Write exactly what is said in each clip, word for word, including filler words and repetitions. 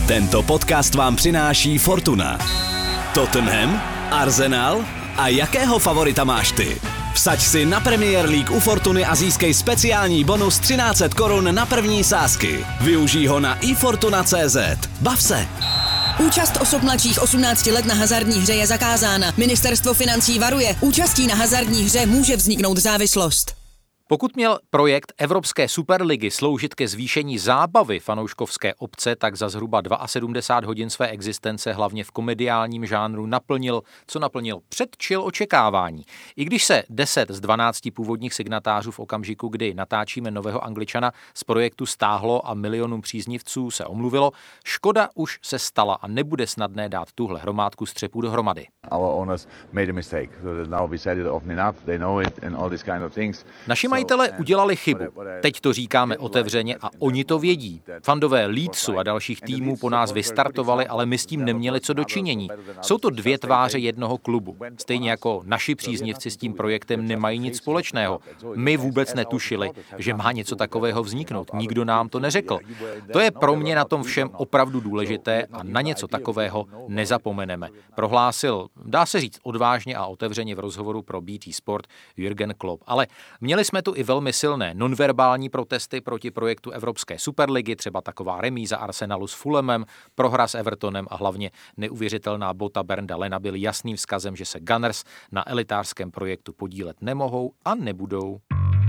Tento podcast vám přináší Fortuna. Tottenham, Arsenal a jakého favorita máš ty? Vsaď si na Premier League u Fortuny a získej speciální bonus třináct set korun na první sázky. Využij ho na i fortuna tečka cé zet. Bav se! Účast osob mladších osmnácti let na hazardní hře je zakázána. Ministerstvo financí varuje, účastí na hazardní hře může vzniknout závislost. Pokud měl projekt Evropské superligy sloužit ke zvýšení zábavy fanouškovské obce, tak za zhruba sedmdesát dva hodin své existence hlavně v komediálním žánru naplnil, co naplnil, předčil očekávání. I když se deset z dvanácti původních signatářů v okamžiku, kdy natáčíme Nového Angličana, z projektu stáhlo a milionům příznivců se omluvilo, škoda už se stala a nebude snadné dát tuhle hromádku střepů dohromady. Naši majitele udělali chybu. Teď to říkáme otevřeně a oni to vědí. Fandové Leedsu a dalších týmů po nás vystartovali, ale my s tím neměli co dočinění. Jsou to dvě tváře jednoho klubu. Stejně jako naši příznivci s tím projektem nemají nic společného. My vůbec netušili, že má něco takového vzniknout. Nikdo nám to neřekl. To je pro mě na tom všem opravdu důležité a na něco takového nezapomeneme. Prohlásil, dá se říct odvážně a otevřeně v rozhovoru pro bé té Sport Jürgen Klopp. Ale měli jsme tu i velmi silné nonverbální protesty proti projektu Evropské superligy, třeba taková remíza Arsenalu s Fulhamem, prohra s Evertonem a hlavně neuvěřitelná bota Bernda Lena byl jasným vzkazem, že se Gunners na elitářském projektu podílet nemohou a nebudou.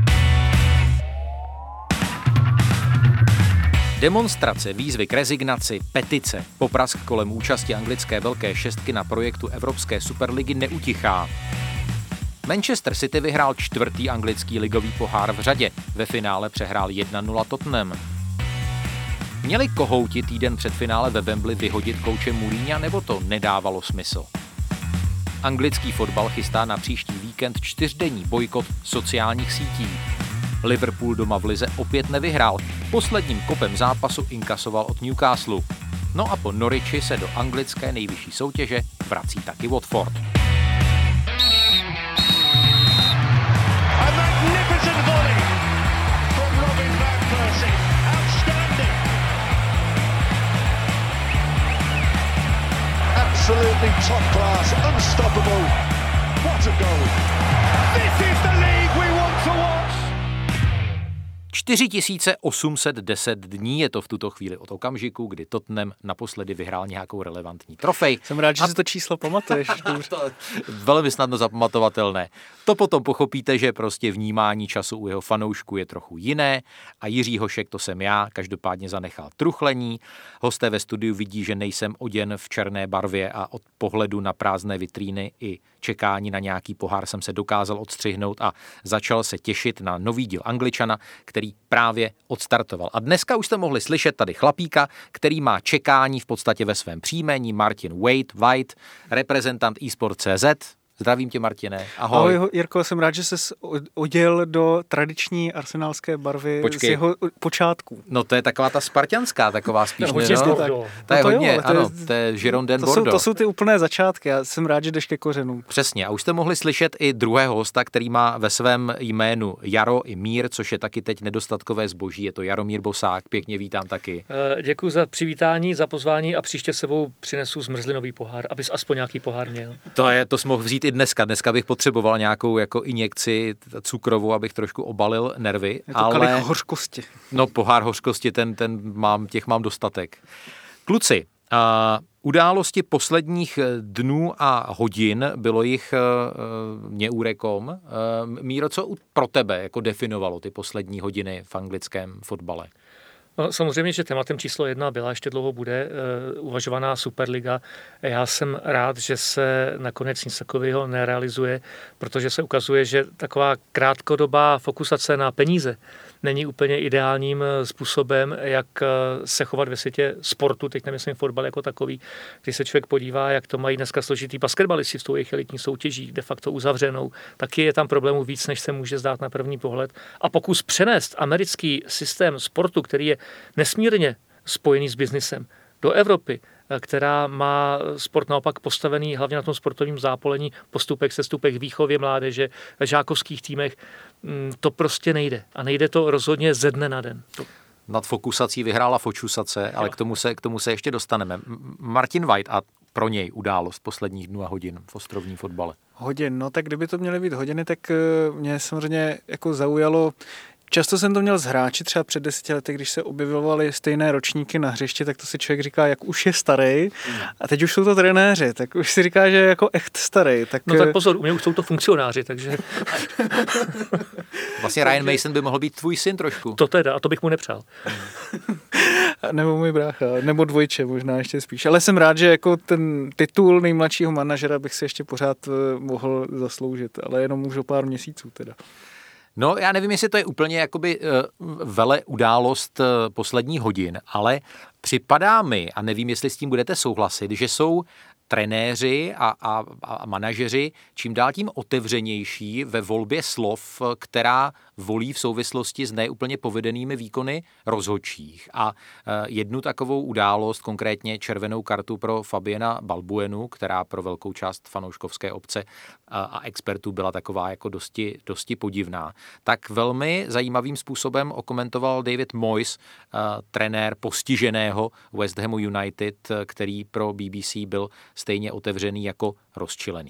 Demonstrace, výzvy k rezignaci, petice, poprask kolem účasti anglické velké šestky na projektu Evropské superligy neutichá. Manchester City vyhrál čtvrtý anglický ligový pohár v řadě. Ve finále přehrál jedna nula Tottenham. Měli kohouti týden před finále ve Wembley vyhodit kouče Mourinha, nebo to nedávalo smysl? Anglický fotbal chystá na příští víkend čtyřdenní bojkot sociálních sítí. Liverpool doma v lize opět nevyhrál. Posledním kopem zápasu inkasoval od Newcastle. No a po Norwichi se do anglické nejvyšší soutěže vrací taky Watford. Absolutely top class, unstoppable. What a goal. This is the league we want to watch. čtyři tisíce osm set deset dní je to v tuto chvíli od okamžiku, kdy Tottenham naposledy vyhrál nějakou relevantní trofej. Jsem rád, že a... si to číslo pamatuješ. to velmi snadno zapamatovatelné. To potom pochopíte, že prostě vnímání času u jeho fanoušků je trochu jiné a Jiří Hošek, to jsem já, každopádně zanechal truchlení. Hosté ve studiu vidí, že nejsem oděn v černé barvě a od pohledu na prázdné vitríny i čekání na nějaký pohár jsem se dokázal odstřihnout a začal se těšit na nový díl Angličana, který právě odstartoval. A dneska už jste mohli slyšet tady chlapíka, který má čekání v podstatě ve svém příjmení, Martin Wade, White, reprezentant eSport tečka cé zet. Zdravím tě, Martine. Ahoj. Ahoj, Jirko, jsem rád, že ses oděl do tradiční arsenálské barvy. Počkej. Z jeho počátků. No to je taková ta spartianská, taková spíš. No, ne, no, tak. To je no to hodně, jo, ano, to je, to je Girondin to Bordeaux. Jsou, to jsou ty úplné začátky, já jsem rád, že jdeš ke kořenům. Přesně, a už jste mohli slyšet i druhého hosta, který má ve svém jménu Jaro i Mír, což je taky teď nedostatkové zboží, je to Jaromír Bosák, pěkně vítám taky. Děkuji za přivítání, za pozvání a příště sebou přinesu zmrzlinový pohár, abys aspoň nějaký pohár měl. To je, to jsi mohl vzít i dneska, dneska bych potřeboval nějakou jako injekci cukrovou, abych trošku obalil nervy. Je to ale... kalich hořkosti. No pohár hořkosti, ten, ten mám, těch mám dostatek. Kluci, a události posledních dnů a hodin, bylo jich uh, mě úrekom. Uh, Míro, co pro tebe jako definovalo ty poslední hodiny v anglickém fotbale? No, samozřejmě, že tématem číslo jedna byla, ještě dlouho bude uh, uvažovaná Superliga. Já jsem rád, že se nakonec nic takového nerealizuje, protože se ukazuje, že taková krátkodobá fokusace na peníze není úplně ideálním způsobem, jak se chovat ve světě sportu, teď nemyslím fotbal jako takový, když se člověk podívá, jak to mají dneska složitý basketbalisti s tou jejich elitní soutěží, de facto uzavřenou, taky je tam problémů víc, než se může zdát na první pohled. A pokus přenést americký systém sportu, který je nesmírně spojený s biznisem, do Evropy, která má sport naopak postavený hlavně na tom sportovním zápolení, postupech, sestupech, výchově mládeže, v žákovských týmech, to prostě nejde. A nejde to rozhodně ze dne na den. Nad fokusací vyhrála fočusace, ale k tomu se, k tomu se ještě dostaneme. Martin White a pro něj událost posledních dnů a hodin v ostrovním fotbale. Hodin, no tak kdyby to měly být hodiny, tak mě samozřejmě jako zaujalo. Často jsem to měl z hráči, třeba před deseti lety, když se objevovaly stejné ročníky na hřišti, tak to si člověk říká, jak už je starý. A teď už jsou to trenéři, tak už si říká, že je jako echt starý. Tak... No tak pozor, u mě už jsou to funkcionáři, takže... Vlastně Ryan Mason by mohl být tvůj syn trošku. To teda, a to bych mu nepřál. Nebo můj brácha, nebo dvojče možná ještě spíš. Ale jsem rád, že jako ten titul nejmladšího manažera bych si ještě pořád mohl zasloužit, ale jenom už o pár měsíců teda. No, já nevím, jestli to je úplně jakoby uh, vele událost uh, posledních hodin, ale připadá mi, a nevím, jestli s tím budete souhlasit, že jsou trenéři a, a, a manažeři čím dál tím otevřenější ve volbě slov, která volí v souvislosti s neúplně povedenými výkony rozhodčích. A jednu takovou událost, konkrétně červenou kartu pro Fabiana Balbuenu, která pro velkou část fanouškovské obce a, a expertů byla taková jako dosti, dosti podivná, tak velmi zajímavým způsobem okomentoval David Moyes, trenér postiženého West Hamu United, který pro B B C byl stejně otevřený jako rozčilený.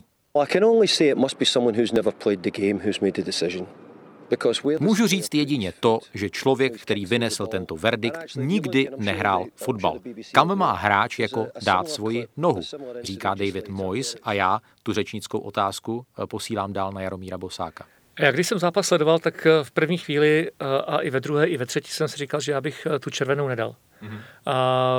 Můžu říct jedině to, že člověk, který vynesl tento verdikt, nikdy nehrál fotbal. Kam má hráč jako dát svoji nohu, říká David Moyes a já tu řečnickou otázku posílám dál na Jaromíra Bosáka. Já když jsem zápas sledoval, tak v první chvíli a i ve druhé, i ve třetí jsem si říkal, že já bych tu červenou nedal. Mm-hmm. A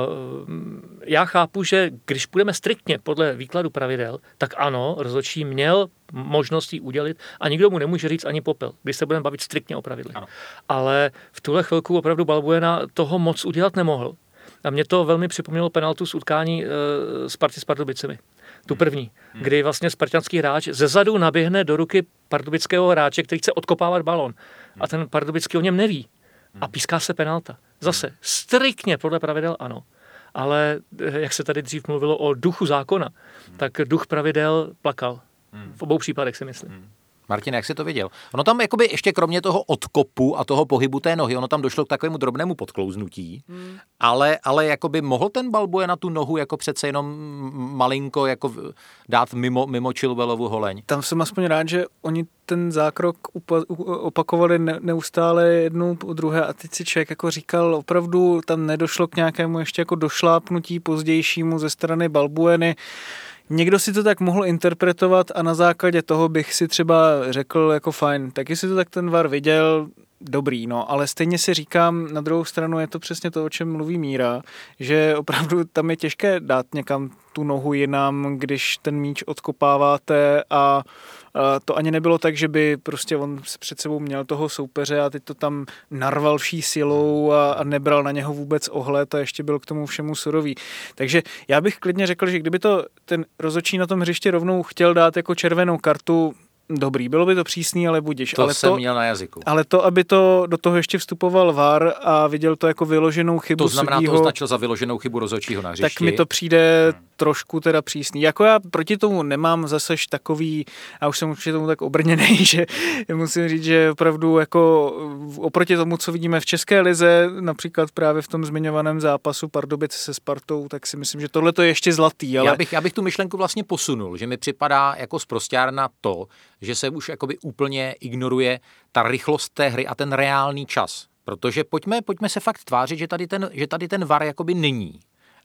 já chápu, že když půjdeme striktně podle výkladu pravidel, tak ano, rozhodčí měl možnost jí udělit a nikdo mu nemůže říct ani popel, když se budeme bavit striktně o pravidlech. Ano. Ale v tuhle chvilku opravdu Balbuena toho moc udělat nemohl. A mě to velmi připomnělo penaltu z utkání e, Sparty s Pardubicemi. Tu první, hmm. kdy vlastně spartanský hráč zezadu naběhne do ruky pardubického hráče, který chce odkopávat balón. A ten pardubický o něm neví. A píská se penalta. Zase striktně podle pravidel ano. Ale jak se tady dřív mluvilo o duchu zákona, tak duch pravidel plakal. V obou případech si myslím. Martin, jak jsi to viděl? Ono tam jakoby ještě kromě toho odkopu a toho pohybu té nohy, ono tam došlo k takovému drobnému podklouznutí, hmm. ale, ale jakoby mohl ten Balbuena tu nohu jako přece jenom malinko jako dát mimo, mimo Chilwellovu holeň. Tam jsem aspoň rád, že oni ten zákrok upa- opakovali ne- neustále jednou po druhé a teď si člověk jako říkal, opravdu tam nedošlo k nějakému ještě jako došlápnutí pozdějšímu ze strany Balbueny. Někdo si to tak mohl interpretovat a na základě toho bych si třeba řekl jako fajn, tak jestli to tak ten V A R viděl, dobrý, no, ale stejně si říkám, na druhou stranu je to přesně to, o čem mluví Míra, že opravdu tam je těžké dát někam tu nohu jinam, když ten míč odkopáváte a to ani nebylo tak, že by prostě on před sebou měl toho soupeře a teď to tam narval vší silou a, a nebral na něho vůbec ohled a ještě byl k tomu všemu surový. Takže já bych klidně řekl, že kdyby to ten rozhodčí na tom hřišti rovnou chtěl dát jako červenou kartu, dobrý, bylo by to přísný, ale budiš. To ale jsem to, měl na jazyku. Ale to, aby to do toho ještě vstupoval V A R a viděl to jako vyloženou chybu to znamená, sudího, to označil za vyloženou chybu rozhodčího na hřišti. Tak mi to přijde hmm. trošku teda přísný. Jako já proti tomu nemám zase takový, a už jsem určitě tomu tak obrněnej, že musím říct, že opravdu jako oproti tomu, co vidíme v České lize, například právě v tom zmiňovaném zápasu Pardubic se Spartou, tak si myslím, že tohle to je ještě zlatý. Ale... Já, bych, já bych tu myšlenku vlastně posunul, že mi připadá jako sprosťárna to, že se už jakoby úplně ignoruje ta rychlost té hry a ten reálný čas. Protože pojďme, pojďme se fakt tvářit, že tady ten, že tady ten V A R jakoby není.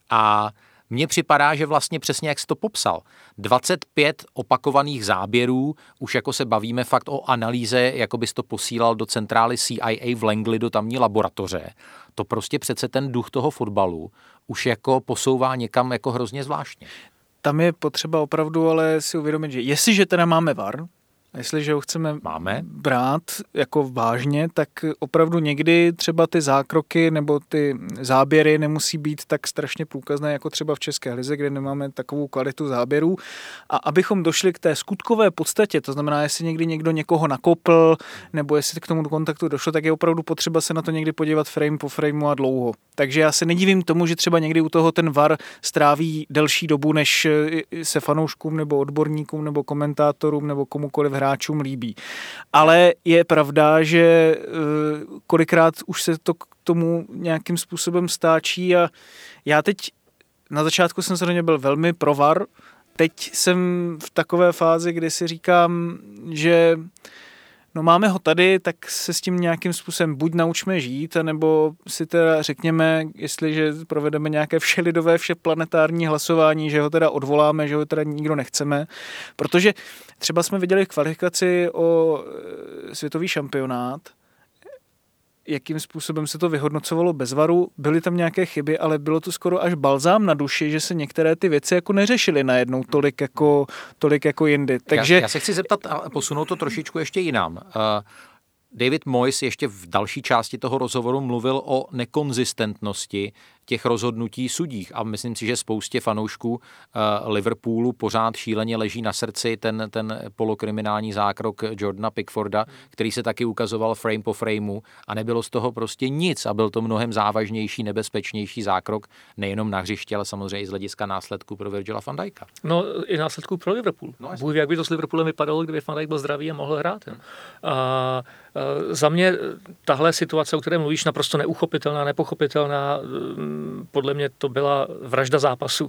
A mně připadá, že vlastně přesně jak jsi to popsal, dvacet pět opakovaných záběrů, už jako se bavíme fakt o analýze, jako bys to posílal do centrály C I A v Langley, do tamní laboratoře. To prostě přece ten duch toho fotbalu už jako posouvá někam jako hrozně zvláštně. Tam je potřeba opravdu ale si uvědomit, že jestliže teda máme V A R, a jestliže ho chceme Máme. brát jako vážně, tak opravdu někdy třeba ty zákroky nebo ty záběry nemusí být tak strašně průkazné jako třeba v České lize, kde nemáme takovou kvalitu záběrů. A abychom došli k té skutkové podstatě, to znamená, jestli někdy někdo někoho nakopl, nebo jestli k tomu kontaktu došlo, tak je opravdu potřeba se na to někdy podívat frame po frameu a dlouho. Takže já se nedivím tomu, že třeba někdy u toho ten V A R stráví delší dobu, než se fanouškům nebo odborníkům nebo komentátorům nebo komukoliv hráčům líbí. Ale je pravda, že kolikrát už se to k tomu nějakým způsobem stáčí a já teď na začátku jsem samozřejmě byl velmi pro V A R, teď jsem v takové fázi, kdy si říkám, že no máme ho tady, tak se s tím nějakým způsobem buď naučme žít, nebo si teda řekněme, jestliže provedeme nějaké všelidové, všeplanetární hlasování, že ho teda odvoláme, že ho teda nikdo nechceme. Protože třeba jsme viděli v kvalifikaci o světový šampionát, jakým způsobem se to vyhodnocovalo bez varu. Byly tam nějaké chyby, ale bylo to skoro až balzám na duši, že se některé ty věci jako neřešily najednou tolik jako, tolik jako jindy. Takže... Já, já se chci zeptat a posunout to trošičku ještě jinam. Uh, David Moyes ještě v další části toho rozhovoru mluvil o nekonzistentnosti těch rozhodnutí sudích a myslím si, že spoustě fanoušků uh, Liverpoolu pořád šíleně leží na srdci ten, ten polokriminální zákrok Jordana Pickforda, který se taky ukazoval frame po frameu a nebylo z toho prostě nic a byl to mnohem závažnější, nebezpečnější zákrok nejenom na hřišti, ale samozřejmě i z hlediska následků pro Virgila van Dijka. No i následků pro Liverpool. No, Bůh ví, jak by to s Liverpoolem vypadalo, kdyby Van Dijk byl zdravý a mohl hrát. Hmm. A, a za mě tahle situace, o které mluvíš, naprosto neuchopitelná, nepochopitelná, podle mě to byla vražda zápasu.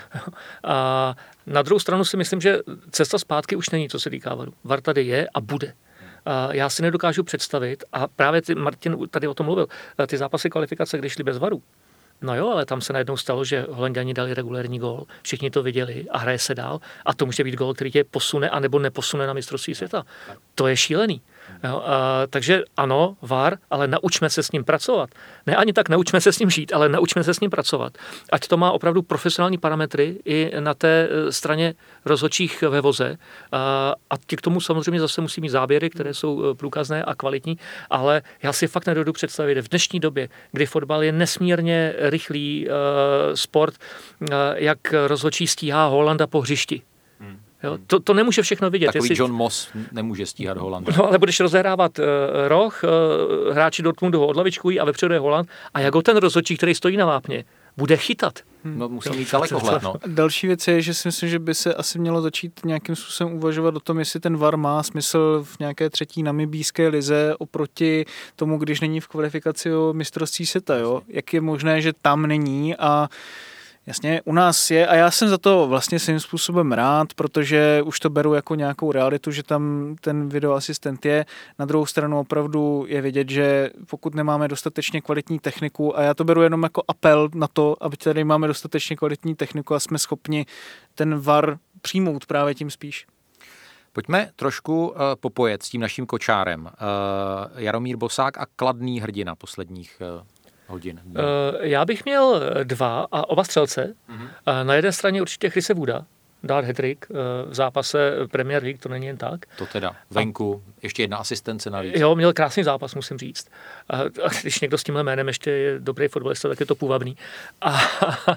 A na druhou stranu si myslím, že cesta zpátky už není, co se týká varu. V A R tady je a bude. A já si nedokážu představit, a právě ty, Martin tady o tom mluvil, ty zápasy kvalifikace, když šly bez varu. No jo, ale tam se najednou stalo, že Holanďani dali regulérní gól, všichni to viděli a hraje se dál a to může být gól, který tě posune anebo neposune na mistrovství světa. To je šílený. Jo, a, takže ano, V A R, ale naučme se s ním pracovat. Ne ani tak naučme se s ním žít, ale naučme se s ním pracovat. Ať to má opravdu profesionální parametry i na té straně rozhodčích ve voze. A, a ti k tomu samozřejmě zase musí mít záběry, které jsou průkazné a kvalitní, ale já si fakt nedovedu představit v dnešní době, kdy fotbal je nesmírně rychlý uh, sport, uh, jak rozhodčí stíhá Holanda po hřišti. Hmm. Jo, to, to nemůže všechno vidět. Takový Jestli... John Moss nemůže stíhat Holanda. No ale budeš rozehrávat uh, roh, uh, hráči Dortmundu ho odlavičkují a vepředu je Holand a jak ho ten rozhodčí, který stojí na vápně, bude chytat. No, musí mít dalekohled, no. Další věc je, že si myslím, že by se asi mělo začít nějakým způsobem uvažovat o tom, jestli ten V A R má smysl v nějaké třetí namibijské lize oproti tomu, když není v kvalifikaci o mistrovství světa, jo? Jak je možné, že tam není a jasně, u nás je a já jsem za to vlastně svým způsobem rád, protože už to beru jako nějakou realitu, že tam ten videoasistent je. Na druhou stranu opravdu je vidět, že pokud nemáme dostatečně kvalitní techniku, a já to beru jenom jako apel na to, aby tady máme dostatečně kvalitní techniku a jsme schopni ten V A R přijmout právě tím spíš. Pojďme trošku uh, popojet s tím naším kočárem. Uh, Jaromír Bosák a kladný hrdina posledních uh, hodin. Uh, já bych měl dva a oba střelce. Uh-huh. Na jedné straně určitě Chrise Wooda, dát hat-trick v zápase Premier League, to není jen tak. To teda, venku, a ještě jedna asistence navíc. Jo, měl krásný zápas, musím říct. A když někdo s tímhle jménem ještě je dobrý fotbalista, tak je to půvabný. A, a, a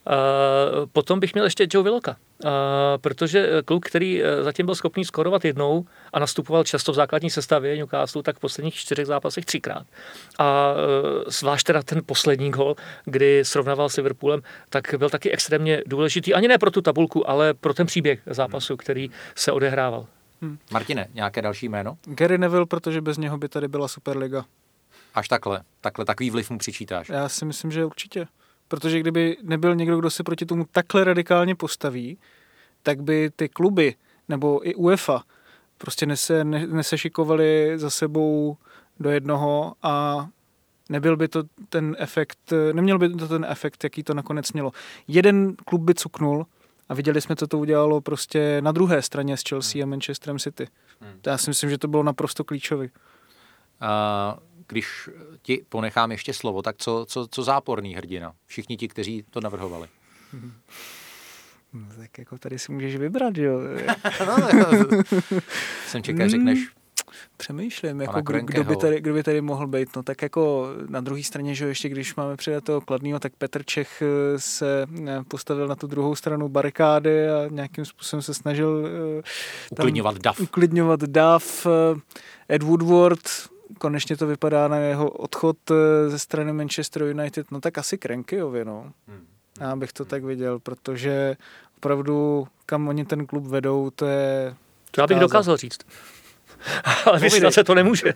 potom bych měl ještě Joe Willocka, a, protože kluk, který zatím byl schopný skorovat jednou a nastupoval často v základní sestavě Newcastle, tak v posledních čtyřech zápasech třikrát. A zvlášť teda ten poslední gol, kdy srovnával s Liverpoolem, tak byl taky extrémně důležitý. Ani ne pro tu tabulku, ale pro ten příběh zápasu, který se odehrával. Hmm. Martine, nějaké další jméno? Gary Neville, protože bez něho by tady byla Superliga. Až takhle? Takhle takový vliv mu přičítáš? Já si myslím, že určitě. Protože kdyby nebyl někdo, kdo se proti tomu takhle radikálně postaví, tak by ty kluby nebo i UEFA prostě nese, ne, nesešikovali za sebou do jednoho a nebyl by to ten efekt, neměl by to ten efekt, jaký to nakonec mělo. Jeden klub by cuknul a viděli jsme, co to udělalo prostě na druhé straně s Chelsea a Manchesterem City. Hmm. Já si myslím, že to bylo naprosto klíčové. A když ti ponechám ještě slovo, tak co, co, co záporný hrdina? Všichni ti, kteří to navrhovali. Hmm. Tak jako tady si můžeš vybrat, jo. Jsem čekal, řekneš. Přemýšlím, jako kdo, kdo, by tady, kdo by tady mohl být. No tak jako na druhé straně, že ještě když máme přidat toho Kladnýho, tak Petr Čech se postavil na tu druhou stranu barikády a nějakým způsobem se snažil uklidňovat dav. Uklidňovat dav. Ed Woodward, konečně to vypadá na jeho odchod ze strany Manchester United, no tak asi Krenkyově, no. Hmm. Já bych to tak viděl, protože opravdu kam oni ten klub vedou, to je To já bych dokázal říct. Ale vysvětlat se to nemůže.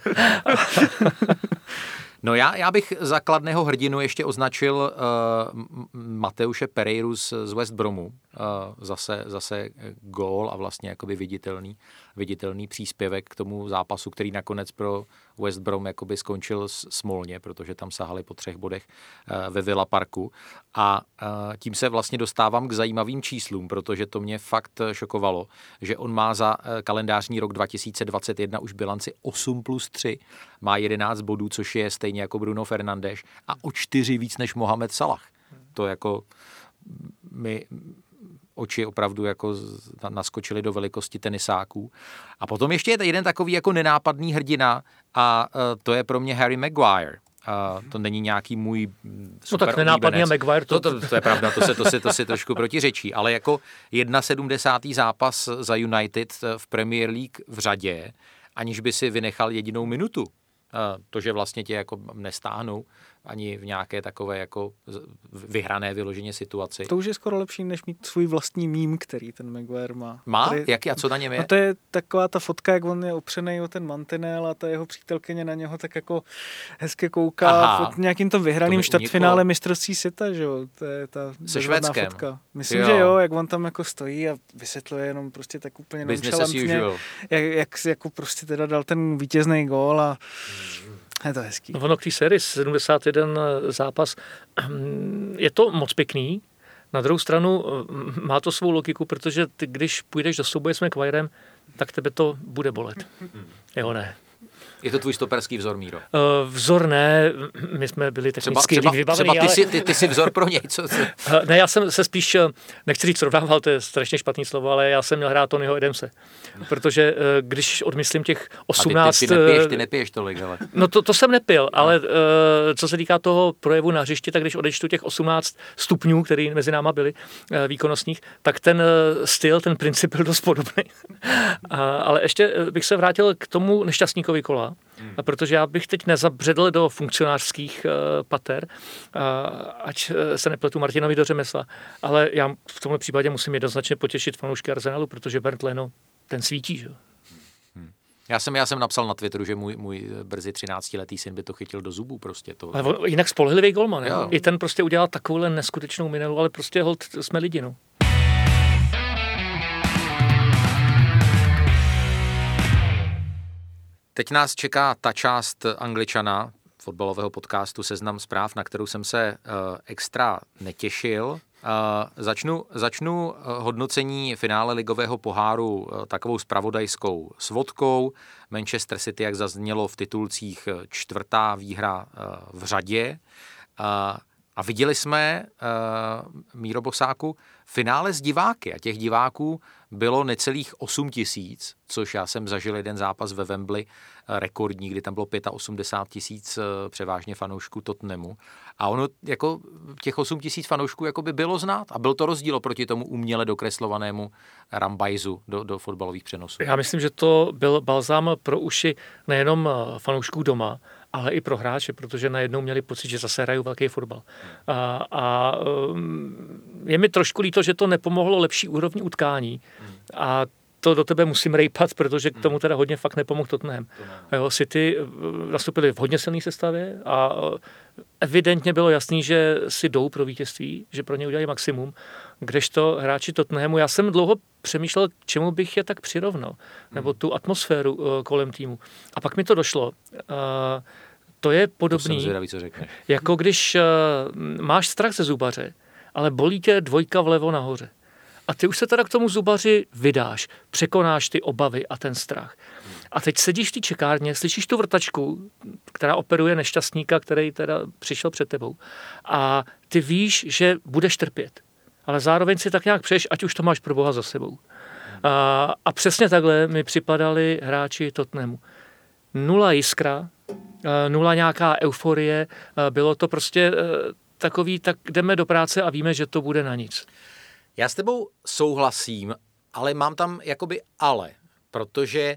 No já, já bych za kladného hrdinu ještě označil uh, Mateuše Pereiru z, z West Bromu. Uh, zase, zase gól a vlastně jakoby viditelný, viditelný příspěvek k tomu zápasu, který nakonec pro West Brom jakoby skončil smolně, protože tam sahali po třech bodech uh, ve Villa Parku. A uh, tím se vlastně dostávám k zajímavým číslům, protože to mě fakt šokovalo, že on má za uh, kalendářní rok dva tisíce dvacet jedna už bilanci osm plus tři, má jedenáct bodů, což je stejně jako Bruno Fernandes a o čtyři víc než Mohamed Salah. To jako my oči opravdu jako naskočily do velikosti tenisáků. A potom ještě je jeden takový jako nenápadný hrdina a uh, to je pro mě Harry Maguire. Uh, to není nějaký můj super no tak nenápadný Maguire. To... To, to, to je pravda, to se, to, se, to se trošku protiřečí, ale jako sedmdesátý první zápas za United v Premier League v řadě, aniž by si vynechal jedinou minutu. To, že vlastně tě jako nestáhnou ani v nějaké takové jako vyhrané vyloženě situaci. To už je skoro lepší, než mít svůj vlastní mím, který ten Maguire má. Má? Který... Jaký a co na něm je? No to je taková ta fotka, jak on je opřenej o ten mantinel a ta jeho přítelkyně na něho tak jako hezky kouká Aha. pod nějakým to vyhraným čtvrtfinále mistrovství světa, že jo? To je ta bezvadná fotka. Myslím, jo. že jo, jak on tam jako stojí a vysvětluje jenom prostě tak úplně nonchalantně, jak, jak jako prostě teda dal ten vítězný gól a je to hezký. Ono k té sérii sedmdesát jeden zápas, je to moc pěkný. Na druhou stranu má to svou logiku, protože ty, když půjdeš do souboje s Maguirem, tak tebe to bude bolet. Jo, ne. Je to tvůj stoperský vzor, Míro? Uh, vzor ne, my jsme byli technicky třeba, vybavení. Třeba ty, ale... jsi, ty, ty jsi vzor pro něj, co? co? Uh, ne, já jsem se spíš, nechci říct srovnával, to je strašně špatný slovo, ale já jsem měl hrát Tonyho Adamse. Protože uh, když odmyslím těch osmnáct... A ty, ty, ty, nepiješ, ty nepiješ tolik, ale... No to, to jsem nepil, no. ale uh, co se týká toho projevu na hřišti, tak když odečtu těch osmnáct stupňů, který mezi náma byli uh, výkonnostních, tak ten uh, styl, ten princip byl dost podobný. uh, ale ještě bych se vrátil k tomu nešťastníkovi kola. Hmm. Protože já bych teď nezabředl do funkcionářských uh, pater, uh, ať uh, se nepletu Martinovi do řemesla, ale já v tomhle případě musím jednoznačně potěšit fanoušky Arsenalu, protože Bernd Leno, ten svítí, že? Hmm. Já jsem, já jsem napsal na Twitteru, že můj, můj brzy třináctiletý syn by to chytil do zubů prostě. To... Ale on, jinak spolehlivý golman, i ten prostě udělal takovouhle neskutečnou minelu, ale prostě holt jsme lidi, no. Teď nás čeká ta část Angličana, fotbalového podcastu Seznam zpráv, na kterou jsem se uh, extra netěšil. Uh, začnu, začnu hodnocení finále ligového poháru uh, takovou zpravodajskou svodkou. Manchester City, jak zaznělo v titulcích, čtvrtá výhra uh, v řadě. Uh, a viděli jsme, uh, Míro Bosáku, finále s diváky a těch diváků bylo necelých osm tisíc, což já jsem zažil jeden zápas ve Wembley, rekordní, kdy tam bylo osmdesát pět tisíc převážně fanoušků Tottenhamu. A ono, jako těch osm tisíc fanoušků jako by bylo znát a byl to rozdíl proti tomu uměle dokreslovanému rambajzu do, do fotbalových přenosů. Já myslím, že to byl balzám pro uši nejenom fanoušků doma, ale i pro hráče, protože najednou měli pocit, že zase hrajou velký fotbal. A, a je mi trošku líto, že to nepomohlo lepší úrovni utkání. A to do tebe musím rejpat, protože k tomu teda hodně fakt nepomohl Tottenham. Jo, City nastupili v hodně silné sestavě a evidentně bylo jasný, že si jdou pro vítězství, že pro ně udělají maximum, kdežto hráči Tottenhamu, já jsem dlouho přemýšlel, k čemu bych je tak přirovnal, nebo tu atmosféru uh, kolem týmu. A pak mi to došlo. Uh, to je podobný, to zvědavý, co řekneš. Jako když uh, máš strach ze zubaře, ale bolí tě dvojka vlevo nahoře. A ty už se teda k tomu zubaři vydáš, překonáš ty obavy a ten strach. A teď sedíš v té čekárně, slyšíš tu vrtačku, která operuje nešťastníka, který teda přišel před tebou. A ty víš, že budeš trpět. Ale zároveň si tak nějak přeješ, ať už to máš pro Boha za sebou. A, a přesně takhle mi připadali hráči Tottenhamu. Nula jiskra, nula nějaká euforie, bylo to prostě takový, tak jdeme do práce a víme, že to bude na nic. Já s tebou souhlasím, ale mám tam jakoby ale, protože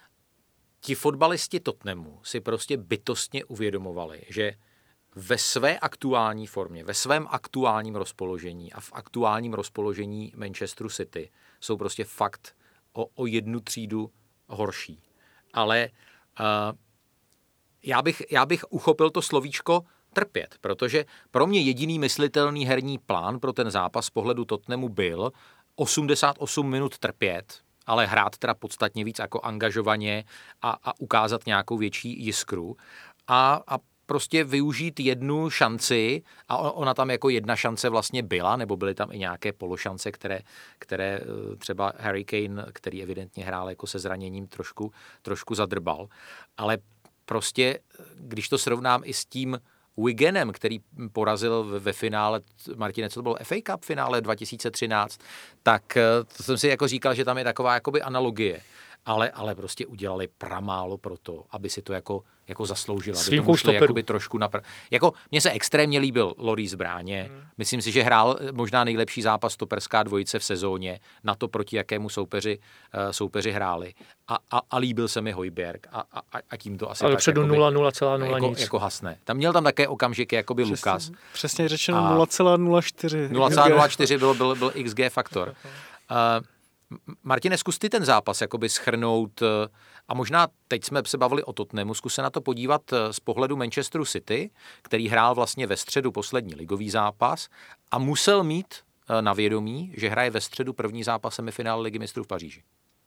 ti fotbalisti Tottenhamu si prostě bytostně uvědomovali, že ve své aktuální formě, ve svém aktuálním rozpoložení a v aktuálním rozpoložení Manchesteru City jsou prostě fakt o, o jednu třídu horší. Ale uh, já, bych, já bych uchopil to slovíčko trpět, protože pro mě jediný myslitelný herní plán pro ten zápas z pohledu Tottenhamu byl osmdesát osm minut trpět, ale hrát teda podstatně víc jako angažovaně a, a ukázat nějakou větší jiskru a, a prostě využít jednu šanci a ona tam jako jedna šance vlastně byla, nebo byly tam i nějaké pološance, které, které třeba Harry Kane, který evidentně hrál jako se zraněním, trošku, trošku zadrbal. Ale prostě, když to srovnám i s tím Wiganem, který porazil ve finále, Martine, co to bylo, F A Cup finále dva tisíce třináct, tak to jsem si jako říkal, že tam je taková jakoby analogie. Ale, ale prostě udělali pramálo pro to, aby si to jako, jako zasloužila. S výjimkou stoperů. Trošku napr- jako, mně se extrémně líbil Loris Bráně. Hmm. Myslím si, že hrál možná nejlepší zápas stoperská dvojice v sezóně na to, proti jakému soupeři, uh, soupeři hráli. A, a, a líbil se mi Hojbjerg. A, a, a tím to asi ale tak předu jakoby, nula nula celá nula jako, nic. Jako hasné. Tam měl tam také okamžiky jakoby Přesně, Lukas. Přesně řečeno nula celá nula čtyři. nula celá nula čtyři byl, byl, byl X G faktor. Uh, Martine, zkus ty ten zápas jakoby shrnout a možná teď jsme se bavili o Tottenhamu, zkus se na to podívat z pohledu Manchesteru City, který hrál vlastně ve středu poslední ligový zápas a musel mít na vědomí, že hraje ve středu první zápas semifinále Ligy mistrů v Paříži.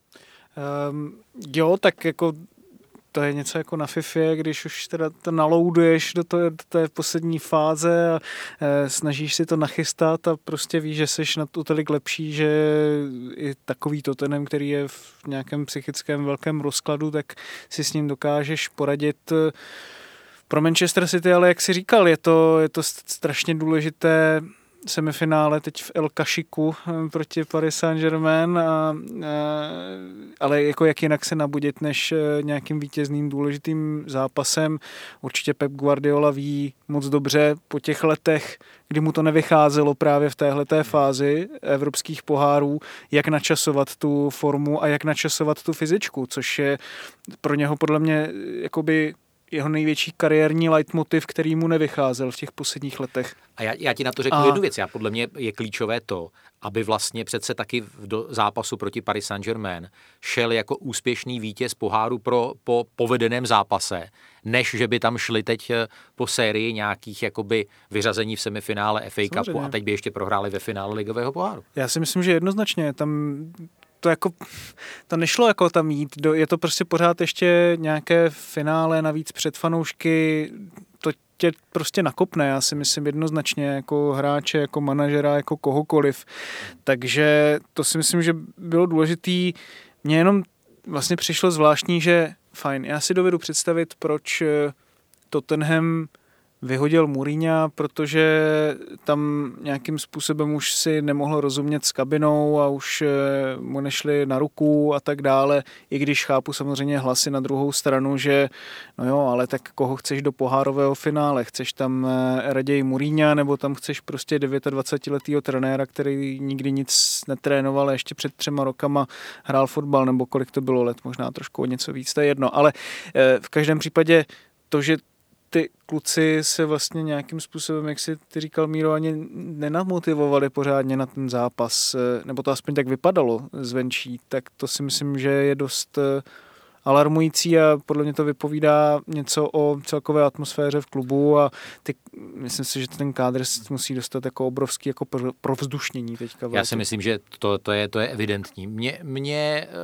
Um, jo, tak jako to je něco jako na FIFA, když už teda to nalouduješ do, to, do té poslední fáze a e, snažíš si to nachystat a prostě víš, že seš na to tolik lepší, že i takový Tottenham, který je v nějakém psychickém velkém rozkladu, tak si s ním dokážeš poradit. Pro Manchester City, ale jak jsi říkal, je to, je to strašně důležité semifinále teď v El Kashiku proti Paris Saint-Germain, a, a, ale jako jak jinak se nabudit než nějakým vítězným důležitým zápasem. Určitě Pep Guardiola ví moc dobře po těch letech, kdy mu to nevycházelo právě v téhleté fázi evropských pohárů, jak načasovat tu formu a jak načasovat tu fyzičku, což je pro něho podle mě jakoby jeho největší kariérní leitmotiv, který mu nevycházel v těch posledních letech. A já, já ti na to řeknu a... jednu věc. Já podle mě je klíčové to, aby vlastně přece taky do zápasu proti Paris Saint-Germain šel jako úspěšný vítěz poháru pro, po povedeném zápase, než že by tam šli teď po sérii nějakých jakoby vyřazení v semifinále F A Cupu a teď by ještě prohráli ve finále ligového poháru. Já si myslím, že jednoznačně tam to jako, to nešlo jako tam jít, do, je to prostě pořád ještě nějaké finále, navíc před fanoušky, to tě prostě nakopne, já si myslím jednoznačně jako hráče, jako manažera, jako kohokoliv, takže to si myslím, že bylo důležitý. Mně jenom vlastně přišlo zvláštní, že fajn, já si dovedu představit, proč Tottenham vyhodil Mourinha, protože tam nějakým způsobem už si nemohl rozumět s kabinou a už mu nešli na ruku a tak dále, i když chápu samozřejmě hlasy na druhou stranu, že no jo, ale tak koho chceš do pohárového finále? Chceš tam raději Mourinha, nebo tam chceš prostě dvacetidevítiletýho trenéra, který nikdy nic netrénoval a ještě před třema rokama hrál fotbal, nebo kolik to bylo let, možná trošku o něco víc, to je jedno, ale v každém případě to, že ty kluci se vlastně nějakým způsobem, jak si ty říkal, Míro, ani nenamotivovali pořádně na ten zápas, nebo to aspoň tak vypadalo zvenčí, tak to si myslím, že je dost alarmující a podle mě to vypovídá něco o celkové atmosféře v klubu a ty, myslím si, že ten kádr musí dostat jako obrovský jako provzdušnění teďka. Já si myslím, že to, to, je, to je evidentní. Mně, mně e,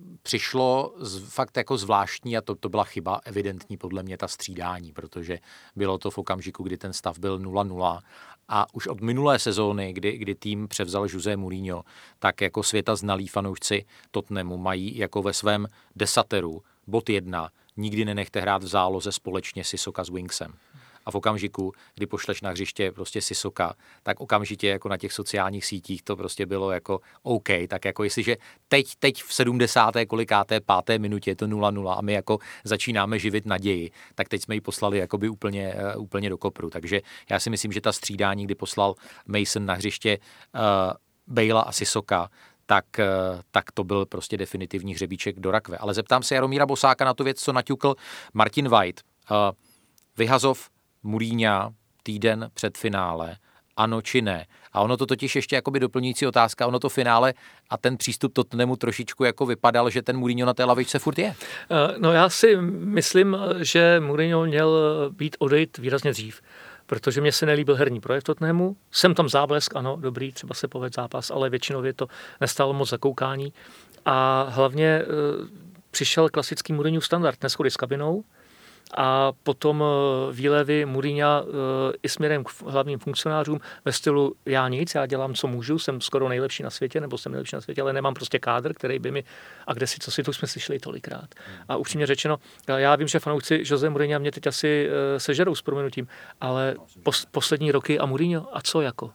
přišlo z, fakt jako zvláštní a to, to byla chyba evidentní podle mě ta střídání, protože bylo to v okamžiku, kdy ten stav byl nula nula a už od minulé sezóny, kdy, kdy tým převzal José Mourinho, tak jako světa znalí fanoušci Tottenhamu mají jako ve svém desateru bod jedna, nikdy nenechte hrát v záloze společně Sissoka s Winksem. A v okamžiku, kdy pošleš na hřiště prostě Sissoka, tak okamžitě jako na těch sociálních sítích to prostě bylo jako OK, tak jako jestliže teď, teď v sedmdesáté kolikáté páté minutě je to nula nula a my jako začínáme živit naději, tak teď jsme ji poslali jakoby úplně, uh, úplně do kopru. Takže já si myslím, že ta střídání, kdy poslal Mason na hřiště uh, Bejla a Sissoka, tak, uh, tak to byl prostě definitivní hřebíček do rakve. Ale zeptám se Jaromíra Bosáka na tu věc, co naťukl Martin White. Uh, vyhazov Mourinha týden před finále ano či ne. A ono to totiž ještě jakoby doplňující otázka, ono to finále a ten přístup Tottenhamu trošičku jako vypadal, že ten Mourinho na té lavičce furt je. No já si myslím, že Mourinho měl být odejít výrazně dřív, protože mě se nelíbil herní projekt Tottenhamu. Jsem tam záblesk, ano, dobrý, třeba se povedl zápas, ale většinově to nestálo moc zakoukání. A hlavně e, přišel klasický Mourinhův standard, neshody s kabinou, a potom výlevy Mourinha i směrem k hlavním funkcionářům ve stylu já nic, já dělám, co můžu, jsem skoro nejlepší na světě, nebo jsem nejlepší na světě, ale nemám prostě kádr, který by mi, a kde si, co si, to jsme slyšeli tolikrát. A upřímně řečeno, já vím, že fanoušci Jose Mourinha mě teď asi sežerou s prominutím, ale pos, poslední roky a Mourinho, a co jako?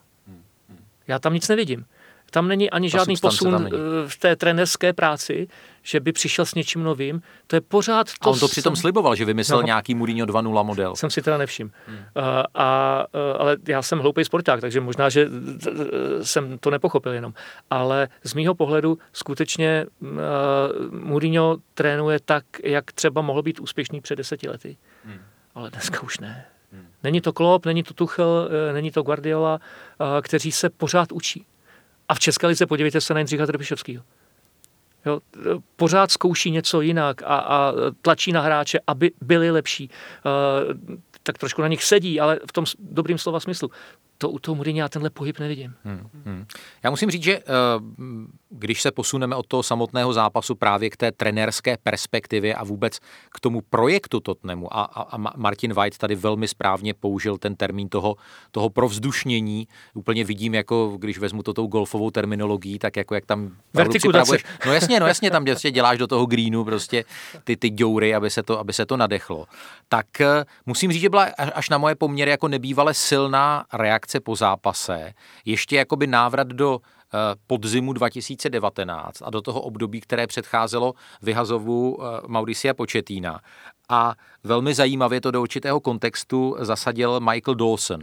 Já tam nic nevidím. Tam není ani žádný posun není. v té trenérské práci, že by přišel s něčím novým. To je pořád to... A on to přitom jsem... sliboval, že vymyslel no, nějaký Mourinho dva nula model. Jsem si teda nevšiml. Hmm. Uh, a, uh, ale já jsem hloupý sporták, takže možná, že jsem to nepochopil jenom. Ale z mýho pohledu skutečně uh, Mourinho trénuje tak, jak třeba mohl být úspěšný před deseti lety. Hmm. Ale dneska už ne. Hmm. Není to Klopp, není to Tuchel, uh, není to Guardiola, uh, kteří se pořád učí. A v České lize podívejte se na Jindřicha Trpišovského. Jo, pořád zkouší něco jinak a, a tlačí na hráče, aby byli lepší. Uh, tak trošku na nich sedí, ale v tom dobrým slova smyslu. To u toho Mourinha já tenhle pohyb nevidím. Hmm, hmm. Já musím říct, že když se posuneme od toho samotného zápasu právě k té trenérské perspektivě a vůbec k tomu projektu Tottenhamu a, a, a Martin White tady velmi správně použil ten termín toho, toho provzdušnění. Úplně vidím, jako když vezmu to tou golfovou terminologií, tak jako jak tam připravuješ. No jasně, no jasně, tam prostě děláš do toho greenu prostě ty, ty děury, aby se, to, aby se to nadechlo. Tak musím říct, že byla až na moje poměry jako nebývale silná reakce po zápase, ještě jakoby návrat do podzimu dva tisíce devatenáct a do toho období, které předcházelo vyhazovu Mauricia Pochettina. A velmi zajímavě to do určitého kontextu zasadil Michael Dawson,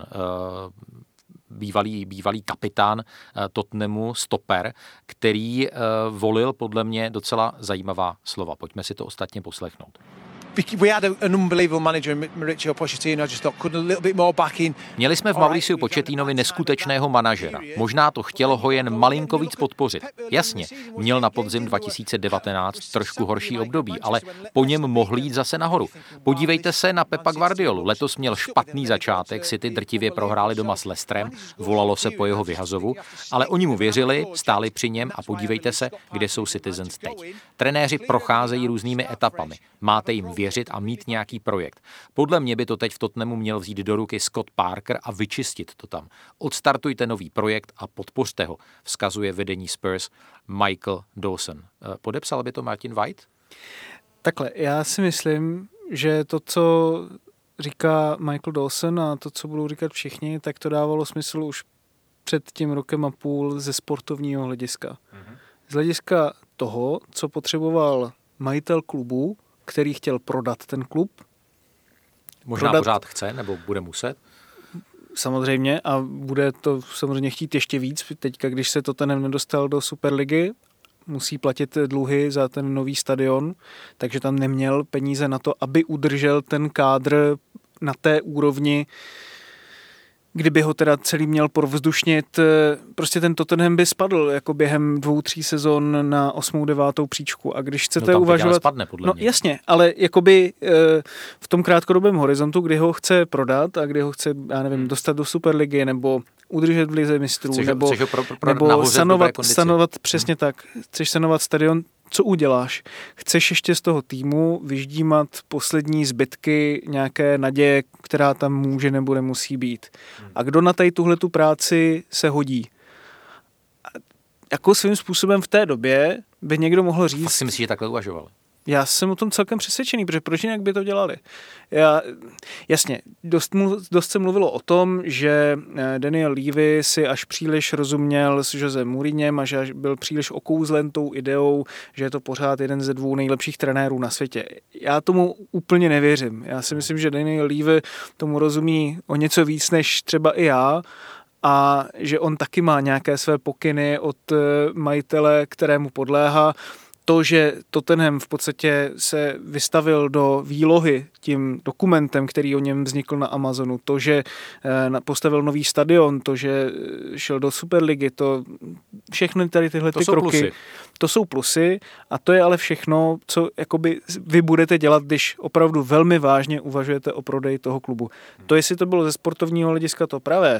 bývalý, bývalý kapitán Tottenhamu, stoper, který volil podle mě docela zajímavá slova. Pojďme si to ostatně poslechnout. We had an unbelievable manager, Mauricio Pochettino. I just thought could a little bit more backing. Měli jsme v Mauriciu Pochettinovi neskutečného manažera. Možná to chtělo ho jen malinko víc podpořit. Jasně, měl na podzim dva tisíce devatenáct trošku horší období, ale po něm mohl jít zase nahoru. Podívejte se na Pepa Guardiolu. Letos měl špatný začátek, City drtivě prohráli doma s Leicesterem, volalo se po jeho vyhazovu, ale oni mu věřili, stáli při něm a podívejte se, kde jsou Citizens teď. Trenéři procházejí různými etapami. Máte jim věřit a mít nějaký projekt. Podle mě by to teď v Tottenhamu měl vzít do ruky Scott Parker a vyčistit to tam. Odstartujte nový projekt a podpořte ho, vzkazuje vedení Spurs Michael Dawson. Podepsal by to Martin White? Takhle, já si myslím, že to, co říká Michael Dawson a to, co budou říkat všichni, tak to dávalo smysl už před tím rokem a půl ze sportovního hlediska. Mm-hmm. Z hlediska toho, co potřeboval majitel klubu, který chtěl prodat ten klub. Možná prodat, pořád chce, nebo bude muset. Samozřejmě a bude to samozřejmě chtít ještě víc. Teďka, když se Tottenham nedostal do Superligy, musí platit dluhy za ten nový stadion, takže tam neměl peníze na to, aby udržel ten kádr na té úrovni, kdyby ho teda celý měl provzdušnit, prostě ten Tottenham by spadl jako během dvou, tří sezon na osmou, devátou příčku. A když chcete no, uvažovat... Spadne, podle no mě. Jasně, ale jakoby v tom krátkodobém horizontu, kdy ho chce prodat a kdy ho chce, já nevím, dostat do Superligy nebo udržet v lize mistrů, chceš, nebo, chceš pro, pro, nebo sanovat, sanovat, přesně hmm. tak, chceš sanovat stadion, co uděláš? Chceš ještě z toho týmu vyždímat poslední zbytky nějaké naděje, která tam může nebo nemusí být. A kdo na tady tuhletu práci se hodí? Jako svým způsobem v té době by někdo mohl říct... A si myslíš, že takhle uvažovali? Já jsem o tom celkem přesvědčený, protože proč jinak by to dělali? Já, jasně, dost, dost se mluvilo o tom, že Daniel Levy si až příliš rozuměl s Jose Mourinhem a že byl příliš okouzlen tou ideou, že je to pořád jeden ze dvou nejlepších trenérů na světě. Já tomu úplně nevěřím. Já si myslím, že Daniel Levy tomu rozumí o něco víc než třeba i já, a že on taky má nějaké své pokyny od majitele, kterému podléhá. to, že Tottenham v podstatě se vystavil do výlohy tím dokumentem, který o něm vznikl na Amazonu, to, že postavil nový stadion, to, že šel do Superligy, to všechny tady tyhle to ty kroky, plusy. To jsou plusy a to je ale všechno, co jakoby vy budete dělat, když opravdu velmi vážně uvažujete o prodeji toho klubu. To, jestli to bylo ze sportovního hlediska to pravé,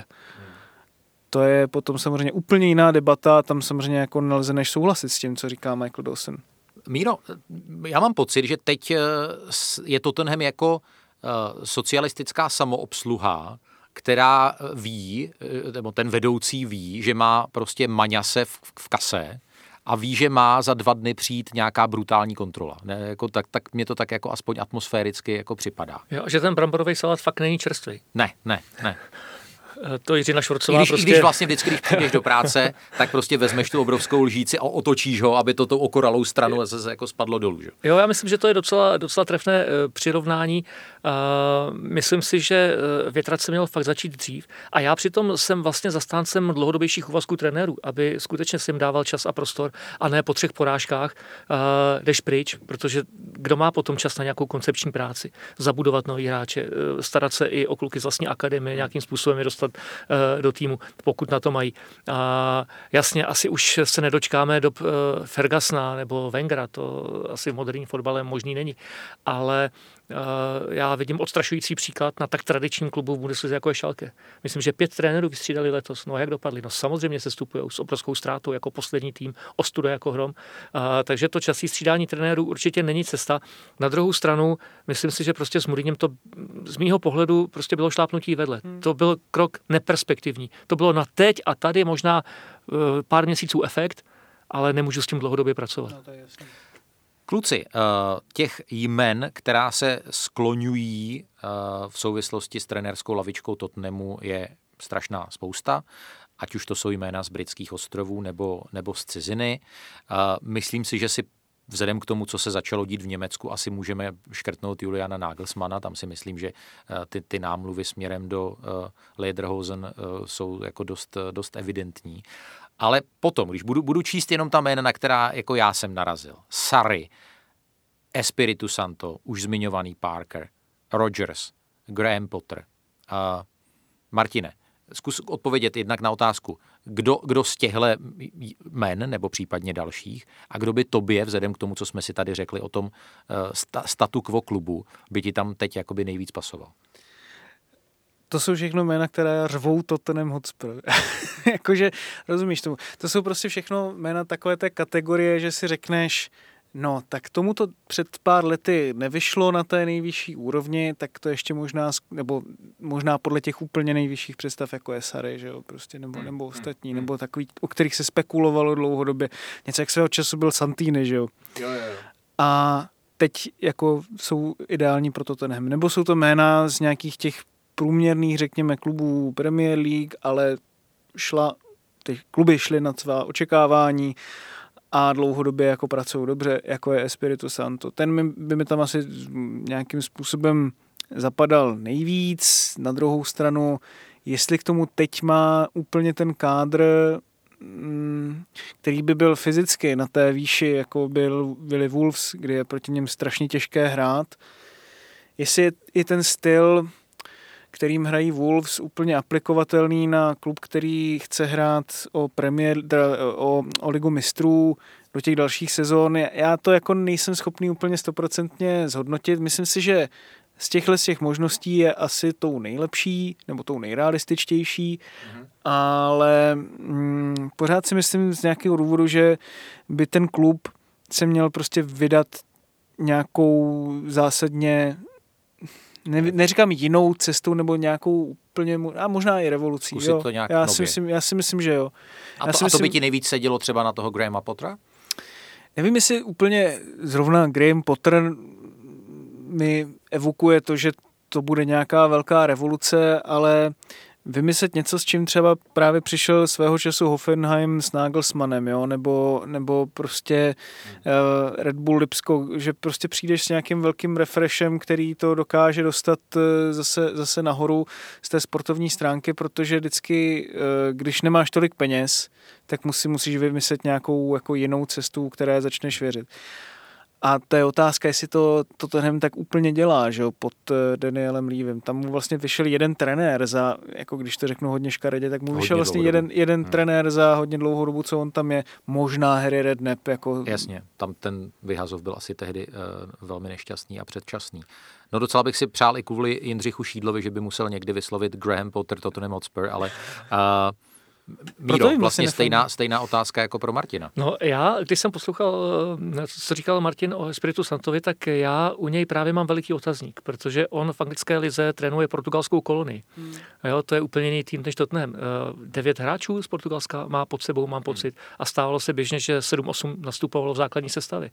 to je potom samozřejmě úplně jiná debata, tam samozřejmě jako nelze než souhlasit s tím, co říká Michael Dawson. Míro, já mám pocit, že teď je Tottenham jako socialistická samoobsluha, která ví, nebo ten vedoucí ví, že má prostě maňase v, v kase a ví, že má za dva dny přijít nějaká brutální kontrola. Ne, jako tak, tak mě to tak jako aspoň atmosféricky jako připadá. Jo, že ten bramborový salát fakt není čerstvý. Ne, ne, ne. To Jiřina Švorcová I když, prostě... I když vlastně vždycky, když přijdeš do práce, tak prostě vezmeš tu obrovskou lžíci a otočíš ho, aby to tou okoralou stranu se jako spadlo dolů. Že? Jo, já myslím, že to je docela, docela trefné uh, přirovnání. Uh, myslím si, že uh, větrat se měl fakt začít dřív a já přitom jsem vlastně zastáncem dlouhodobějších úvazků trenérů, aby skutečně si jim dával čas a prostor a ne po třech porážkách uh, jdeš pryč, protože kdo má potom čas na nějakou koncepční práci, zabudovat nový hráče, uh, starat se i o kluky z vlastní akademie, nějakým způsobem je dostat do týmu, pokud na to mají. A jasně, asi už se nedočkáme do Fergusona nebo Wengera, to asi v moderním fotbale možný není, ale já vidím odstrašující příklad na tak tradičním klubu v Bundeslize, jako je Schalke. Myslím, že pět trenérů vystřídali letos. No a jak dopadli? No samozřejmě se stupují s obrovskou ztrátou jako poslední tým, ostuda jako hrom. A, takže to časté střídání trenérů určitě není cesta. Na druhou stranu, myslím si, že prostě s Mourinhem to z mýho pohledu prostě bylo šlápnutí vedle. Hmm. To byl krok neperspektivní. To bylo na teď a tady možná uh, pár měsíců efekt, ale nemůžu s tím dlouhodobě pracovat. No, to je jasný. Kluci, těch jmen, která se skloňují v souvislosti s trenérskou lavičkou Tottenhamu, je strašná spousta, ať už to jsou jména z britských ostrovů nebo, nebo z ciziny. Myslím si, že si vzhledem k tomu, co se začalo dít v Německu, asi můžeme škrtnout Juliana Nagelsmana. Tam si myslím, že ty, ty námluvy směrem do uh, Lederhosen uh, jsou jako dost, dost evidentní. Ale potom, když budu, budu číst jenom ta jména, na která jako já jsem narazil. Sarri, Espiritu Santo, už zmiňovaný Parker, Rodgers, Graham Potter. Uh, Martine, zkus odpovědět jednak na otázku, kdo, kdo z těchto jmen, nebo případně dalších, a kdo by tobě, vzhledem k tomu, co jsme si tady řekli o tom uh, sta, statu quo klubu, by ti tam teď jakoby nejvíc pasoval? To jsou všechno jména, které řvou Tottenham Hotspur. Jakože, rozumíš tomu, to jsou prostě všechno jména takové té kategorie, že si řekneš, no, tak tomu to před pár lety nevyšlo na té nejvyšší úrovni, tak to ještě možná, nebo možná podle těch úplně nejvyšších představ, jako je Sarri, že jo, prostě, nebo, nebo ostatní, nebo takový, o kterých se spekulovalo dlouhodobě. Něco jak svého času byl Santini, že jo. Jo, jo, jo. A teď jako jsou ideální pro Tottenham. Nebo jsou to jména z nějakých těch průměrných, řekněme, klubů Premier League, ale šla, ty kluby šly na svá očekávání a dlouhodobě jako pracují dobře, jako je Espiritu Santo. Ten by mi tam asi nějakým způsobem zapadal nejvíc. Na druhou stranu, jestli k tomu teď má úplně ten kádr, který by byl fyzicky na té výši, jako byl Willy Wolves, kdy je proti něm strašně těžké hrát, jestli je i ten styl, kterým hrají Wolves, úplně aplikovatelný na klub, který chce hrát o Premier, o, o Ligu mistrů do těch dalších sezón. Já to jako nejsem schopný úplně stoprocentně zhodnotit. Myslím si, že z těchhle z těch možností je asi tou nejlepší nebo tou nejrealističtější, mm-hmm. ale mm, pořád si myslím z nějakého důvodu, že by ten klub se měl prostě vydat nějakou zásadně, ne, neříkám jinou cestou nebo nějakou úplně, a možná i revolucí. Zkusit jo. to nějak já, nově. si myslím, já si myslím, že jo. A to, si a myslím, to by ti nejvíc sedělo třeba na toho Grahama Pottera? Nevím, jestli úplně zrovna Graham Potter mi evokuje to, že to bude nějaká velká revoluce, ale vymyslet něco, s čím třeba právě přišel svého času Hoffenheim s Nagelsmannem, jo, nebo, nebo prostě uh, Red Bull Lipsko, že prostě přijdeš s nějakým velkým refreshem, který to dokáže dostat uh, zase, zase nahoru z té sportovní stránky, protože vždycky, uh, když nemáš tolik peněz, tak musí, musíš vymyslet nějakou jako jinou cestu, které začneš věřit. A to je otázka, jestli to Tottenham tak úplně dělá, že jo, pod Danielem Levyem. Tam mu vlastně vyšel jeden trenér za, jako když to řeknu hodně škaredě, tak mu hodně vyšel vlastně jeden, jeden hmm. trenér za hodně dlouhou dobu, co on tam je, možná Harry Redknapp. Jako... Jasně, tam ten vyhazov byl asi tehdy uh, velmi nešťastný a předčasný. No docela bych si přál i kvůli Jindřichu Šídlovi, že by musel někdy vyslovit Graham Potter Tottenham Hotspur, ale... Uh, Míro, vlastně stejná, stejná otázka jako pro Martina. No já, když jsem poslouchal, co říkal Martin o Espiritu Santovi, tak já u něj právě mám veliký otazník, protože on v anglické lize trénuje portugalskou kolonii. Hmm. Jo, to je úplně jiný tým než Tottenham. Devět hráčů z Portugalska má pod sebou, mám pocit, a stávalo se běžně, že sedm osm nastupovalo v základní sestavě.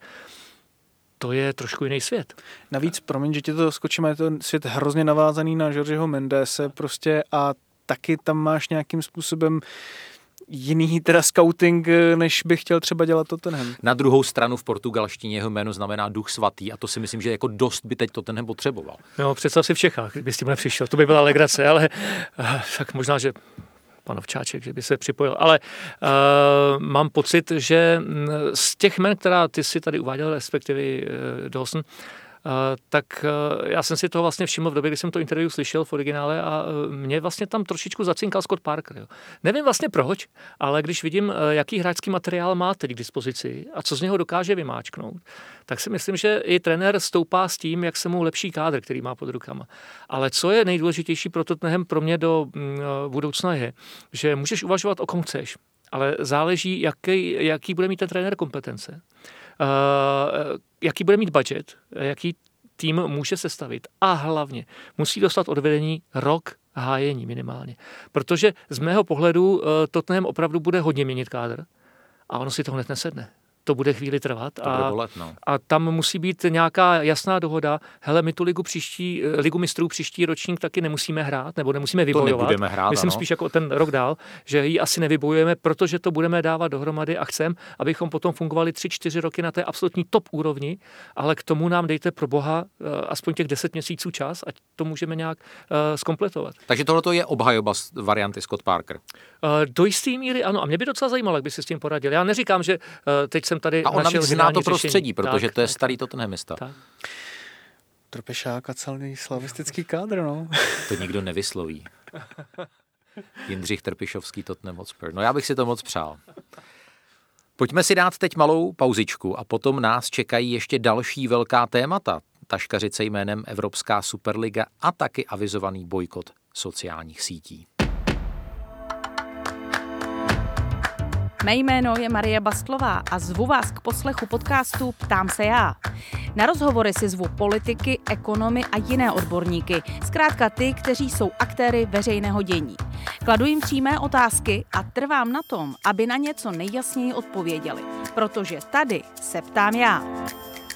To je trošku jiný svět. Navíc, promiň, že tě to skočím, je to svět hrozně navázaný na Jorgeho Mendese prostě a taky tam máš nějakým způsobem jiný teda scouting, než bych chtěl třeba dělat Tottenham. Na druhou stranu v portugalštině jeho jméno znamená duch svatý a to si myslím, že jako dost by teď Tottenham potřeboval. No, představ si v Čechách, kdyby s tím nepřišel. To by byla legrace, ale uh, tak možná, že pan Ovčáček, že by se připojil. Ale uh, mám pocit, že z těch jmen, která ty si tady uváděl, respektive uh, Dawson, Uh, tak uh, já jsem si toho vlastně všiml v době, kdy jsem to interview slyšel v originále a uh, mě vlastně tam trošičku zacinkal Scott Parker. Jo. Nevím vlastně proč, ale když vidím, uh, jaký hráčský materiál má teď k dispozici a co z něho dokáže vymáčknout, tak si myslím, že i trenér stoupá s tím, jak se mu lepší kádr, který má pod rukama. Ale co je nejdůležitější pro Tottenham pro mě do uh, budoucna je, že můžeš uvažovat, o kom chceš, ale záleží, jaký, jaký bude mít ten trenér kompetence. Uh, jaký bude mít budget, jaký tým může sestavit a hlavně musí dostat od vedení rok hájení minimálně. Protože z mého pohledu uh, Tottenham opravdu bude hodně měnit kádr a ono si to hned nesedne. To bude chvíli trvat a, bolet, no. a tam musí být nějaká jasná dohoda. Hele, my tu ligu příští, ligu mistrů příští ročník taky nemusíme hrát, nebo nemusíme vybojovat. To hrát, Myslím ano. spíš jako ten rok dál, že ji asi nevybojujeme, protože to budeme dávat dohromady a chcem, abychom potom fungovali tři čtyři roky na té absolutní top úrovni, ale k tomu nám dejte pro boha aspoň těch deset měsíců čas, ať to můžeme nějak uh, zkompletovat. Takže tohle je obhajoba varianty Scott Parker. Uh, do jisté míry ano, a mě by docela zajímalo, jak by si s tím poradil. Já neříkám, že uh, teď jsem tady a on navíc zná to prostředí, řešení. protože tak, to je tak, starý Tottenhamista. Trpešák a celý slavistický kádr, no. To nikdo nevysloví. Jindřich Trpišovský Tottenham Hotspur. No já bych si to moc přál. Pojďme si dát teď malou pauzičku a potom nás čekají ještě další velká témata. Taškařice jménem Evropská superliga a taky avizovaný bojkot sociálních sítí. Mé jméno je Marie Bastlová a zvu vás k poslechu podcastu Ptám se já. Na rozhovory si zvu politiky, ekonomy a jiné odborníky, zkrátka ty, kteří jsou aktéry veřejného dění. Kladu jim přímé otázky a trvám na tom, aby na něco nejjasněji odpověděli, protože tady se ptám já.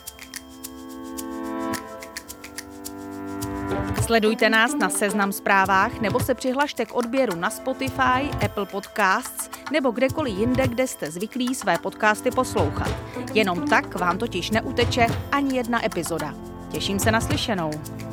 Sledujte nás na Seznam Zprávách nebo se přihlašte k odběru na Spotify, Apple Podcasts nebo kdekoliv jinde, kde jste zvyklí své podcasty poslouchat. Jenom tak vám totiž neuteče ani jedna epizoda. Těším se na slyšenou.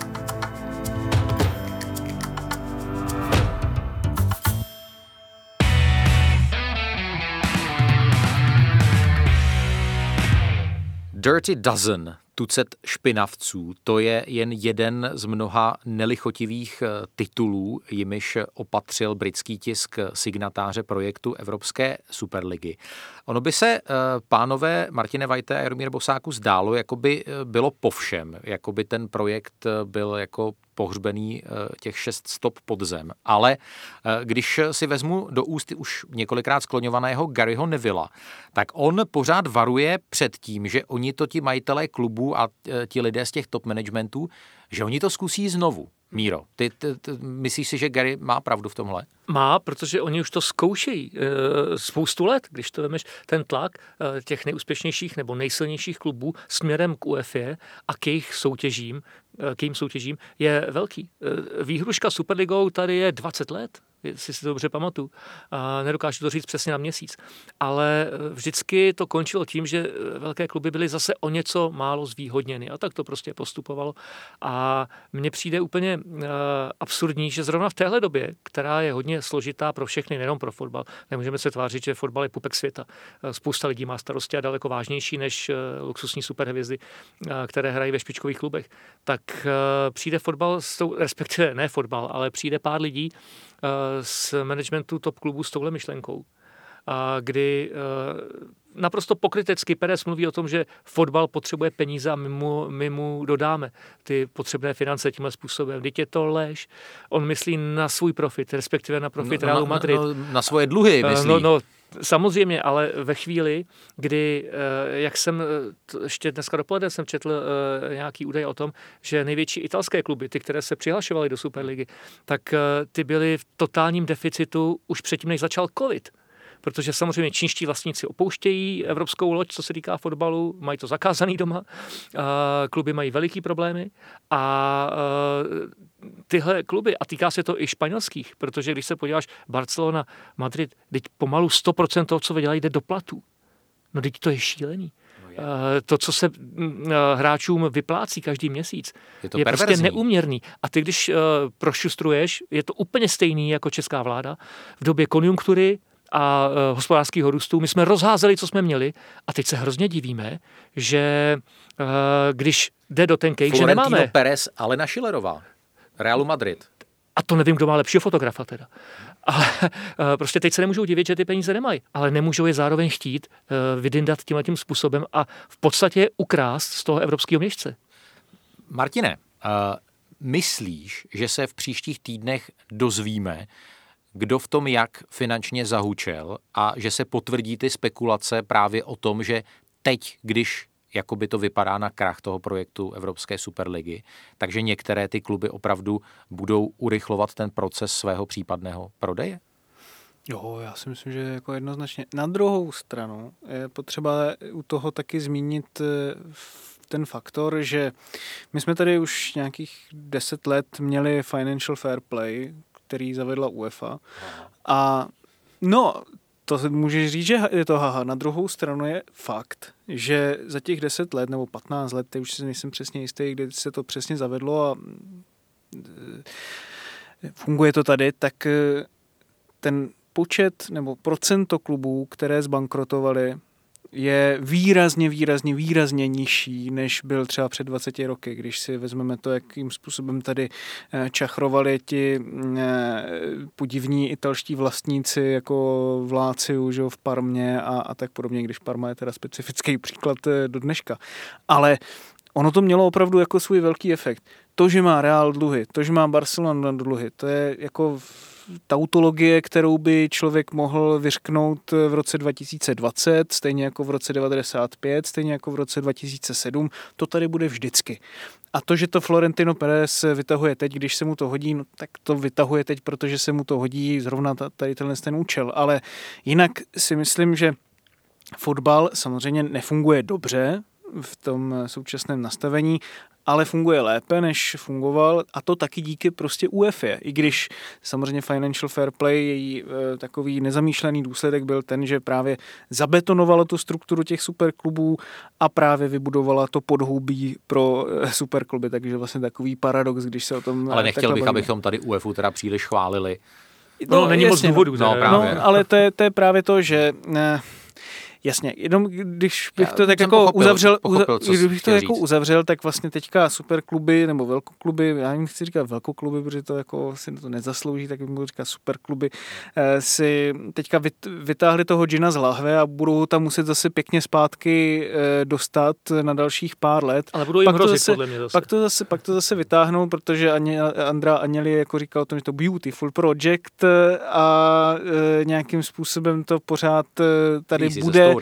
Dirty Dozen, tucet špinavců, to je jen jeden z mnoha nelichotivých titulů, jimiž opatřil britský tisk signatáře projektu Evropské superligy. Ono by se, pánové Martine Vajte a Jaromír Bosáku, zdálo, jako by bylo po všem, jako by ten projekt byl jako pohřbený těch šest stop pod zem. Ale když si vezmu do úst už několikrát skloňovaného Garyho Nevilla, tak on pořád varuje před tím, že oni to ti majitelé klubů a ti lidé z těch top managementů, že oni to zkusí znovu. Míro, ty, ty, ty myslíš si, že Gary má pravdu v tomhle? Má, protože oni už to zkoušejí e, spoustu let, když to vemeš, ten tlak e, těch nejúspěšnějších nebo nejsilnějších klubů směrem k UEFA a k jejich soutěžím, e, k jejím soutěžím je velký. E, výhruška Superligou tady je dvacet let. jestli si to dobře pamatuju. A nedokážu to říct přesně na měsíc. Ale vždycky to končilo tím, že velké kluby byly zase o něco málo zvýhodněny. A tak to prostě postupovalo. A mně přijde úplně uh, absurdní, že zrovna v téhle době, která je hodně složitá pro všechny, nejenom pro fotbal, nemůžeme se tvářit, že fotbal je pupek světa. Spousta lidí má starosti a daleko vážnější než uh, luxusní superhvězdy, uh, které hrají ve špičkových klubech. Tak uh, přijde fotbal, s tou, respektive ne fotbal, ale přijde pár lidí uh, z managementu top klubů s touhle myšlenkou, a kdy uh, naprosto pokrytecky Pérez mluví o tom, že fotbal potřebuje peníze a my mu, my mu dodáme ty potřebné finance tímhle způsobem. Vždyť je to lež. On myslí na svůj profit, respektive na profit no, Realu Madrid. No, no, na svoje dluhy myslí. No, no, samozřejmě, ale ve chvíli, kdy, jak jsem, ještě dneska dopoledne jsem četl nějaký údaj o tom, že největší italské kluby, ty, které se přihlašovaly do Superligy, tak ty byly v totálním deficitu už předtím, než začal covid. Protože samozřejmě čínští vlastníci opouštějí evropskou loď, co se týká fotbalu, mají to zakázaný doma, kluby mají veliký problémy a tyhle kluby, a týká se to i španělských, protože když se podíváš Barcelona, Madrid, teď pomalu sto procent toho, co vydělají, jde do platů. No teď to je šílený. To, co se hráčům vyplácí každý měsíc, je, to je prostě neúměrný. A ty, když prošustruješ, je to úplně stejný jako česká vláda v době konjunktury a uh, hospodářského růstu. My jsme rozházeli, co jsme měli a teď se hrozně divíme, že uh, když jde do ten cake, že nemáme... Florentino Pérez, Alena Schillerová, Realu Madrid. A to nevím, kdo má lepšího fotografa teda. Ale uh, prostě teď se nemůžou divit, že ty peníze nemají, ale nemůžou je zároveň chtít uh, vydindat tímhletím způsobem a v podstatě ukrást z toho evropského měšce. Martine, uh, myslíš, že se v příštích týdnech dozvíme, kdo v tom jak finančně zahučel a že se potvrdí ty spekulace právě o tom, že teď, když jakoby to vypadá na krach toho projektu Evropské superligy, takže některé ty kluby opravdu budou urychlovat ten proces svého případného prodeje? Jo, já si myslím, že jako jednoznačně. Na druhou stranu je potřeba u toho taky zmínit ten faktor, že my jsme tady už nějakých deset let měli financial fair play, který zavedla UEFA. A no, to můžeš říct, že je to haha. Na druhou stranu je fakt, že za těch deset let nebo patnáct let, teď už si nejsem přesně jistý, kdy se to přesně zavedlo a funguje to tady, tak ten počet nebo procento klubů, které zbankrotovaly, je výrazně, výrazně, výrazně nižší, než byl třeba před dvaceti roky, když si vezmeme to, jakým způsobem tady čachrovali ti podivní italští vlastníci jako v Láciu, že v Parmě a, a tak podobně, když Parma je teda specifický příklad do dneška. Ale ono to mělo opravdu jako svůj velký efekt. To, že má Real dluhy, to, že má Barcelona dluhy, to je jako tautologie, kterou by člověk mohl vyřknout v roce dva tisíce dvacet, stejně jako v roce devadesát pět, stejně jako v roce dva tisíce sedm, to tady bude vždycky. A to, že to Florentino Pérez vytahuje teď, když se mu to hodí, no, tak to vytahuje teď, protože se mu to hodí zrovna tady tenhle ten účel. Ale jinak si myslím, že fotbal samozřejmě nefunguje dobře v tom současném nastavení, ale funguje lépe, než fungoval, a to taky díky prostě UEFA. I když samozřejmě Financial Fair Play, její e, takový nezamýšlený důsledek byl ten, že právě zabetonovala tu strukturu těch superklubů a právě vybudovala to podhoubí pro e, superkluby, takže vlastně takový paradox, když se o tom... Ale nechtěl bych, bavíme. Abychom tady UEFA teda příliš chválili. No, no není jasně, moc důvodů. No, právě. No, ale to je, to je právě to, že... Ne, Jasně, jenom když bych Já to tak jako pochopil, uzavřel, pochopil, uza, když bych to jako uzavřel, tak vlastně teďka superkluby nebo velkokluby, já jim chci říkat velkokluby, protože to jako si to nezaslouží, tak bych mohl říkat superkluby, eh, si teďka vytáhli toho džina z lahve a budou tam muset zase pěkně zpátky eh, dostat na dalších pár let. Ale budou jim pak hrozit, to zase, podle mě zase. Pak to zase, pak to zase vytáhnou, protože Aně, Andra Agnelli jako říkal o tom, že to beautiful project a eh, nějakým způsobem to pořád eh, tady This bude...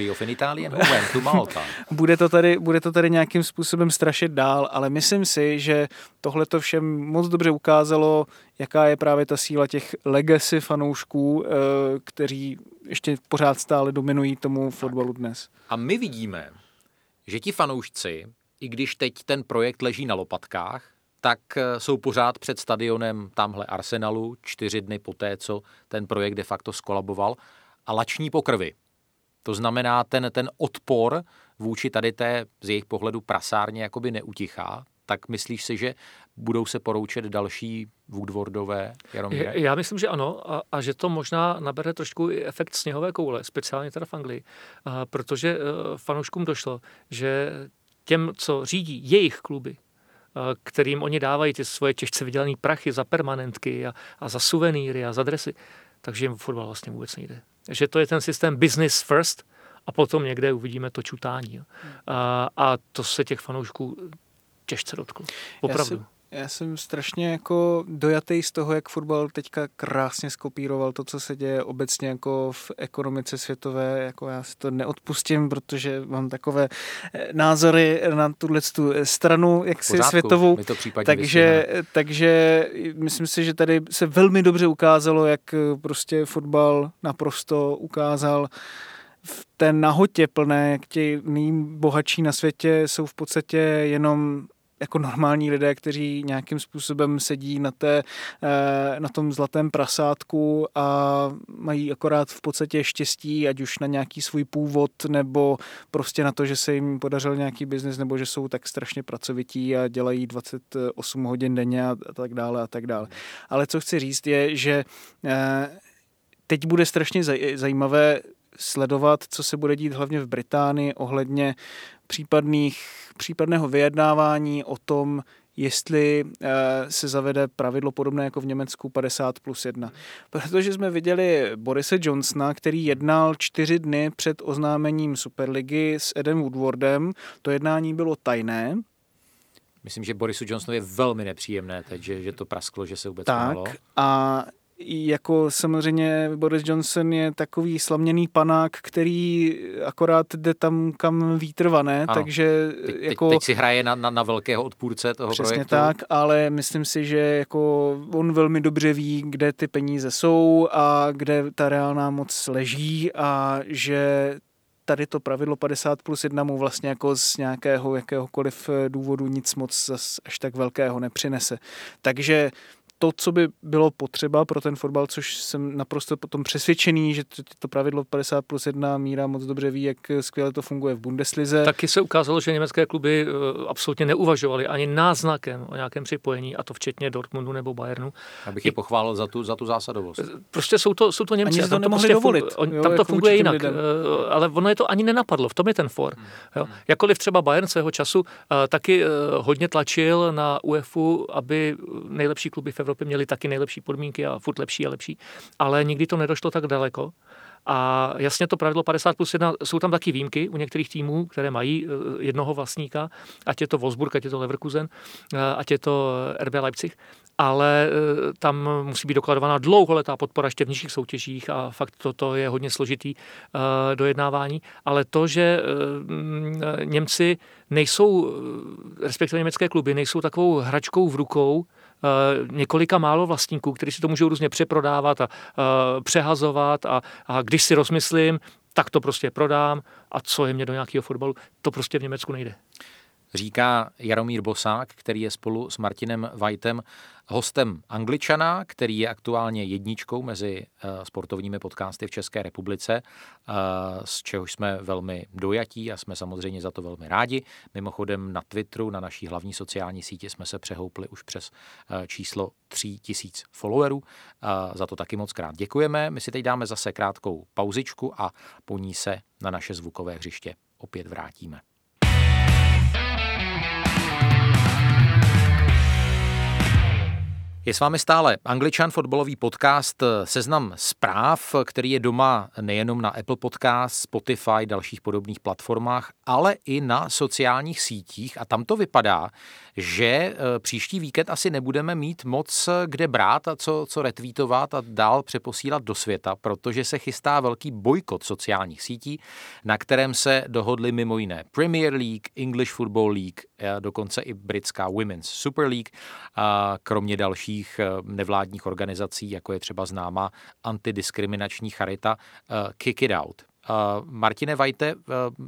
bude, to tady, bude to tady nějakým způsobem strašit dál, ale myslím si, že tohle to všem moc dobře ukázalo, jaká je právě ta síla těch legacy fanoušků, kteří ještě pořád stále dominují tomu fotbalu dnes. A my vidíme, že ti fanoušci, i když teď ten projekt leží na lopatkách, tak jsou pořád před stadionem tamhle Arsenalu, čtyři dny poté, co ten projekt de facto skolaboval, a lační po krvi. To znamená, ten, ten odpor vůči tady té z jejich pohledu prasárně jakoby neutichá. Tak myslíš si, že budou se poroučet další Woodwardové, Jaromíre? Já myslím, že ano a, a že to možná nabere trošku i efekt sněhové koule, speciálně teda v Anglii, a, protože uh, fanouškům došlo, že těm, co řídí jejich kluby, uh, kterým oni dávají ty svoje těžce vydělané prachy za permanentky a, a za suvenýry a za dresy, takže jim fotbal vlastně vůbec nejde. Že to je ten systém business first a potom někde uvidíme to čutání. A, a to se těch fanoušků těžce dotklo. Opravdu. Já, si, já jsem strašně jako dojatý z toho, jak fotbal teďka krásně skopíroval to, co se děje obecně jako v ekonomice světové. Jako já si to neodpustím, protože mám takové názory na tuto stranu, jak si světovou. Takže, takže myslím si, že tady se velmi dobře ukázalo, jak prostě fotbal naprosto ukázal v té nahotě plné, jak ti nejbohatší na světě jsou v podstatě jenom jako normální lidé, kteří nějakým způsobem sedí na, té, na tom zlatém prasátku a mají akorát v podstatě štěstí, ať už na nějaký svůj původ, nebo prostě na to, že se jim podařil nějaký biznis, nebo že jsou tak strašně pracovití a dělají dvacet osm hodin denně a tak dále a tak dále. Ale co chci říct je, že teď bude strašně zajímavé sledovat, co se bude dít hlavně v Británii ohledně případných, případného vyjednávání o tom, jestli uh, se zavede pravidlo podobné jako v Německu padesát plus jedna. Protože jsme viděli Borise Johnsona, který jednal čtyři dny před oznámením Superligy s Edem Woodwardem. To jednání bylo tajné. Myslím, že Borisu Johnsonovi je velmi nepříjemné teď, že, že to prasklo, že se vůbec tak, málo. A jako samozřejmě Boris Johnson je takový slaměný panák, který akorát jde tam, kam vítr vane, ano. takže teď, jako... Teď si hraje na, na, na velkého odpůrce toho přesně projektu. Přesně tak, ale myslím si, že jako on velmi dobře ví, kde ty peníze jsou a kde ta reálná moc leží a že tady to pravidlo padesát plus jedna mu vlastně jako z nějakého jakéhokoliv důvodu nic moc zas až tak velkého nepřinese. Takže to, co by bylo potřeba pro ten fotbal, což jsem naprosto potom přesvědčený, že to pravidlo padesát plus jedna Míra moc dobře ví, jak skvěle to funguje v Bundeslize. Taky se ukázalo, že německé kluby absolutně neuvažovaly ani náznakem o nějakém připojení, a to včetně Dortmundu nebo Bayernu. Abych je pochválil za tu, za tu zásadovost. Prostě jsou to, jsou to Němci. Ani to nemohli prostě dovolit. Fun, jo, tam to funguje jinak, lidem. Ale ono je to ani nenapadlo, v tom je ten for. Jo. Jakkoliv třeba Bayern svého času taky hodně tlačil na UEFA, aby nejlepší kluby v Evropě měli taky nejlepší podmínky a furt lepší a lepší, ale nikdy to nedošlo tak daleko. A jasně to pravidlo padesát plus jedna, jsou tam taky výjimky u některých týmů, které mají jednoho vlastníka, ať je to Wolfsburg, ať je to Leverkusen, ať je to R B Leipzig, ale tam musí být dokladovaná dlouholetá podpora ještě v nižších soutěžích a fakt toto je hodně složitý dojednávání. Ale to, že Němci nejsou, respektive německé kluby, nejsou takovou hračkou v rukou několika málo vlastníků, kteří si to můžou různě přeprodávat a přehazovat a, a když si rozmyslím, tak to prostě prodám a co je mě do nějakého fotbalu, to prostě v Německu nejde. Říká Jaromír Bosák, který je spolu s Martinem Whitem hostem Angličana, který je aktuálně jedničkou mezi sportovními podcasty v České republice, z čehož jsme velmi dojatí a jsme samozřejmě za to velmi rádi. Mimochodem na Twitteru, na naší hlavní sociální síti jsme se přehoupli už přes číslo tři tisíce followerů. Za to taky moc krát děkujeme. My si teď dáme zase krátkou pauzičku a po ní se na naše zvukové hřiště opět vrátíme. Je s vámi stále Angličan, fotbalový podcast Seznam zpráv, který je doma nejenom na Apple Podcast, Spotify, dalších podobných platformách, ale i na sociálních sítích. A tam to vypadá, že příští víkend asi nebudeme mít moc kde brát a co, co retweetovat a dál přeposílat do světa, protože se chystá velký bojkot sociálních sítí, na kterém se dohodly mimo jiné Premier League, English Football League, dokonce i britská Women's Super League, kromě dalších nevládních organizací, jako je třeba známá antidiskriminační charita Kick It Out. Martine White,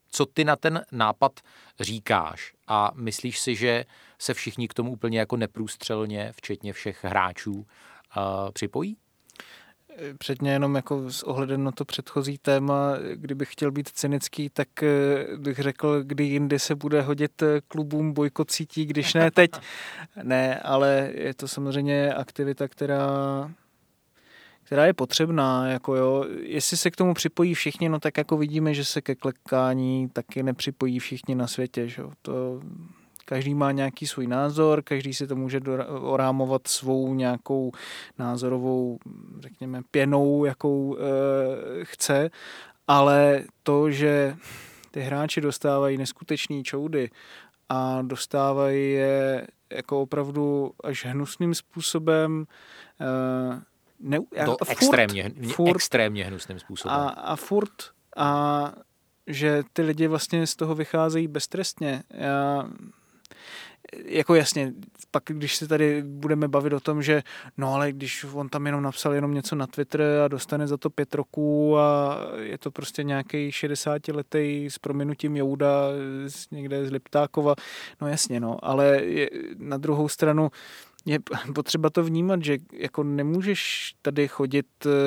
co ty na ten nápad říkáš a myslíš si, že se všichni k tomu úplně jako neprůstřelně, včetně všech hráčů, uh, připojí? Předně jenom jako s ohledem na to předchozí téma, kdybych chtěl být cynický, tak bych řekl, kdy jindy se bude hodit klubům bojkot sítí, když ne teď. Ne, ale je to samozřejmě aktivita, která, která je potřebná. Jako jo. Jestli se k tomu připojí všichni, no tak jako vidíme, že se ke klekání taky nepřipojí všichni na světě. Že? To... Každý má nějaký svůj názor, každý si to může orámovat svou nějakou názorovou, řekněme, pěnou, jakou e, chce, ale to, že ty hráči dostávají neskutečný čoudy a dostávají je jako opravdu až hnusným způsobem, e, ne, to a furt, extrémně, furt, extrémně hnusným způsobem. A, a furt, a že ty lidi vlastně z toho vycházejí beztrestně. Já jako jasně, pak když se tady budeme bavit o tom, že no ale když on tam jenom napsal jenom něco na Twitter a dostane za to pět roků a je to prostě nějaký šedesátiletý s prominutím Jouda někde z Liptákova, no jasně no, ale je, na druhou stranu je potřeba to vnímat, že jako nemůžeš tady chodit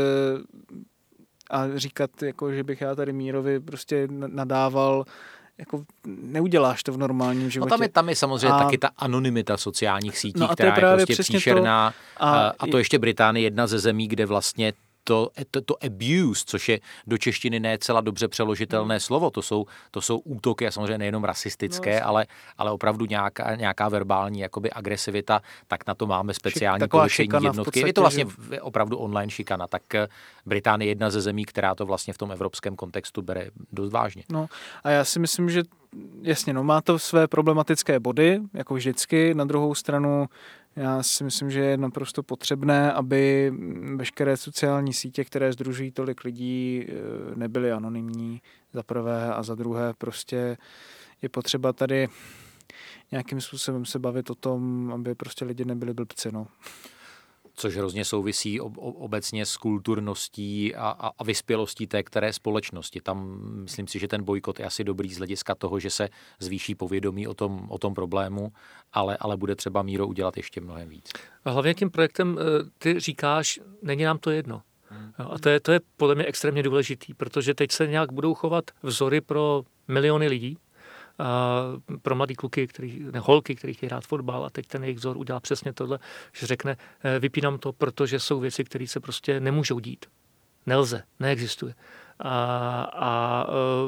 a říkat, jako, že bych já tady Mírovi prostě nadával. Jako neuděláš to v normálním životě. No tam je, tam je samozřejmě a, taky ta anonymita sociálních sítí, no která je, je prostě příšerná. To, a, a to ještě Británie jedna ze zemí, kde vlastně to, to, to abuse, což je do češtiny ne celá dobře přeložitelné hmm. slovo, to jsou, to jsou útoky a samozřejmě nejenom rasistické, no, ale, ale opravdu nějaká, nějaká verbální jakoby agresivita, tak na to máme speciální porušení jednotky. Podstatě, je to vlastně že... opravdu online šikana, tak Británie je jedna ze zemí, která to vlastně v tom evropském kontextu bere dost vážně. No a já si myslím, že jasně, no má to své problematické body, jako vždycky, na druhou stranu já si myslím, že je naprosto potřebné, aby veškeré sociální sítě, které sdružují tolik lidí, nebyly anonymní za prvé a za druhé prostě je potřeba tady nějakým způsobem se bavit o tom, aby prostě lidi nebyli blbci, no. Což hrozně souvisí ob, obecně s kulturností a, a, a vyspělostí té které společnosti. Tam myslím si, že ten bojkot je asi dobrý z hlediska toho, že se zvýší povědomí o tom, o tom problému, ale, ale bude třeba Míro udělat ještě mnohem víc. A hlavně tím projektem ty říkáš, není nám to jedno. Hmm. A to je, to je podle mě extrémně důležitý, protože teď se nějak budou chovat vzory pro miliony lidí, a pro mladý kluky, který, ne, holky, který chtějí hrát fotbal a teď ten jejich vzor udělá přesně tohle, že řekne, vypínám to, protože jsou věci, které se prostě nemůžou dít. Nelze, neexistuje. A, a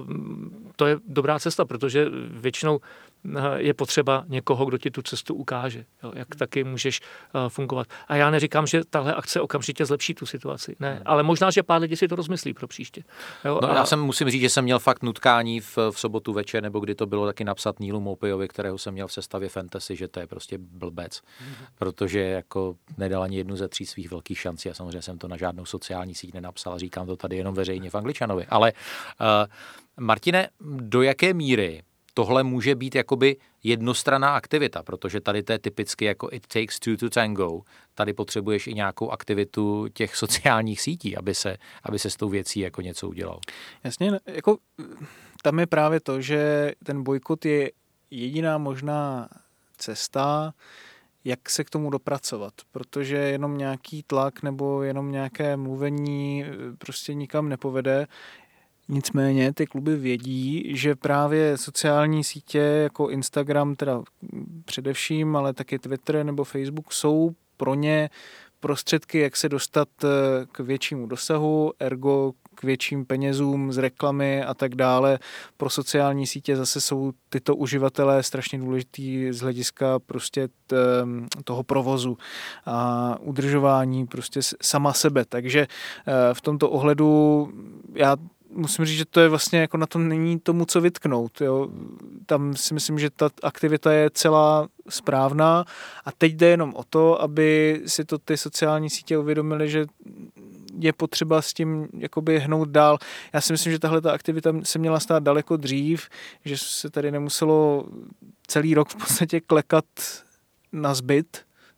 to je dobrá cesta, protože většinou je potřeba někoho, kdo ti tu cestu ukáže, jo, jak taky můžeš fungovat. A já neříkám, že tahle akce okamžitě zlepší tu situaci, ne, ale možná, že pár lidí si to rozmyslí pro příště. Jo, no, a... Já jsem musím říct, že jsem měl fakt nutkání v, v sobotu večer, nebo kdy to bylo taky napsat Nealu Mopiovi, kterého jsem měl v sestavě fantasy, že to je prostě blbec, mm-hmm. protože jako nedal ani jednu ze tří svých velkých šancí a samozřejmě jsem to na žádnou sociální síť nenapsal a říkám to tady jenom veřejně v Angličanovi. Ale uh, Martine, do jaké míry tohle může být jakoby jednostranná aktivita, protože tady to je typicky jako it takes two to tango. Tady potřebuješ i nějakou aktivitu těch sociálních sítí, aby se, aby se s tou věcí jako něco udělal. Jasně, jako tam je právě to, že ten bojkot je jediná možná cesta, jak se k tomu dopracovat, protože jenom nějaký tlak nebo jenom nějaké mluvení prostě nikam nepovede. Nicméně ty kluby vědí, že právě sociální sítě jako Instagram, teda především, ale taky Twitter nebo Facebook jsou pro ně prostředky, jak se dostat k většímu dosahu, ergo k větším penězům z reklamy a tak dále. Pro sociální sítě zase jsou tyto uživatelé strašně důležitý z hlediska prostě toho provozu a udržování prostě sama sebe. Takže v tomto ohledu já musím říct, že to je vlastně jako na tom není tomu, co vytknout. Jo. Tam si myslím, že ta aktivita je celá správná a teď jde jenom o to, aby si to ty sociální sítě uvědomily, že je potřeba s tím jakoby hnout dál. Já si myslím, že tahle ta aktivita se měla stát daleko dřív, že se tady nemuselo celý rok v podstatě klekat na zbyt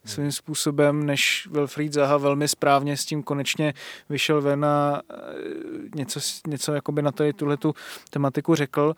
svým způsobem, než Wilfried Zaha velmi správně s tím konečně vyšel ven a něco, něco jakoby na tady tuhletu tematiku řekl.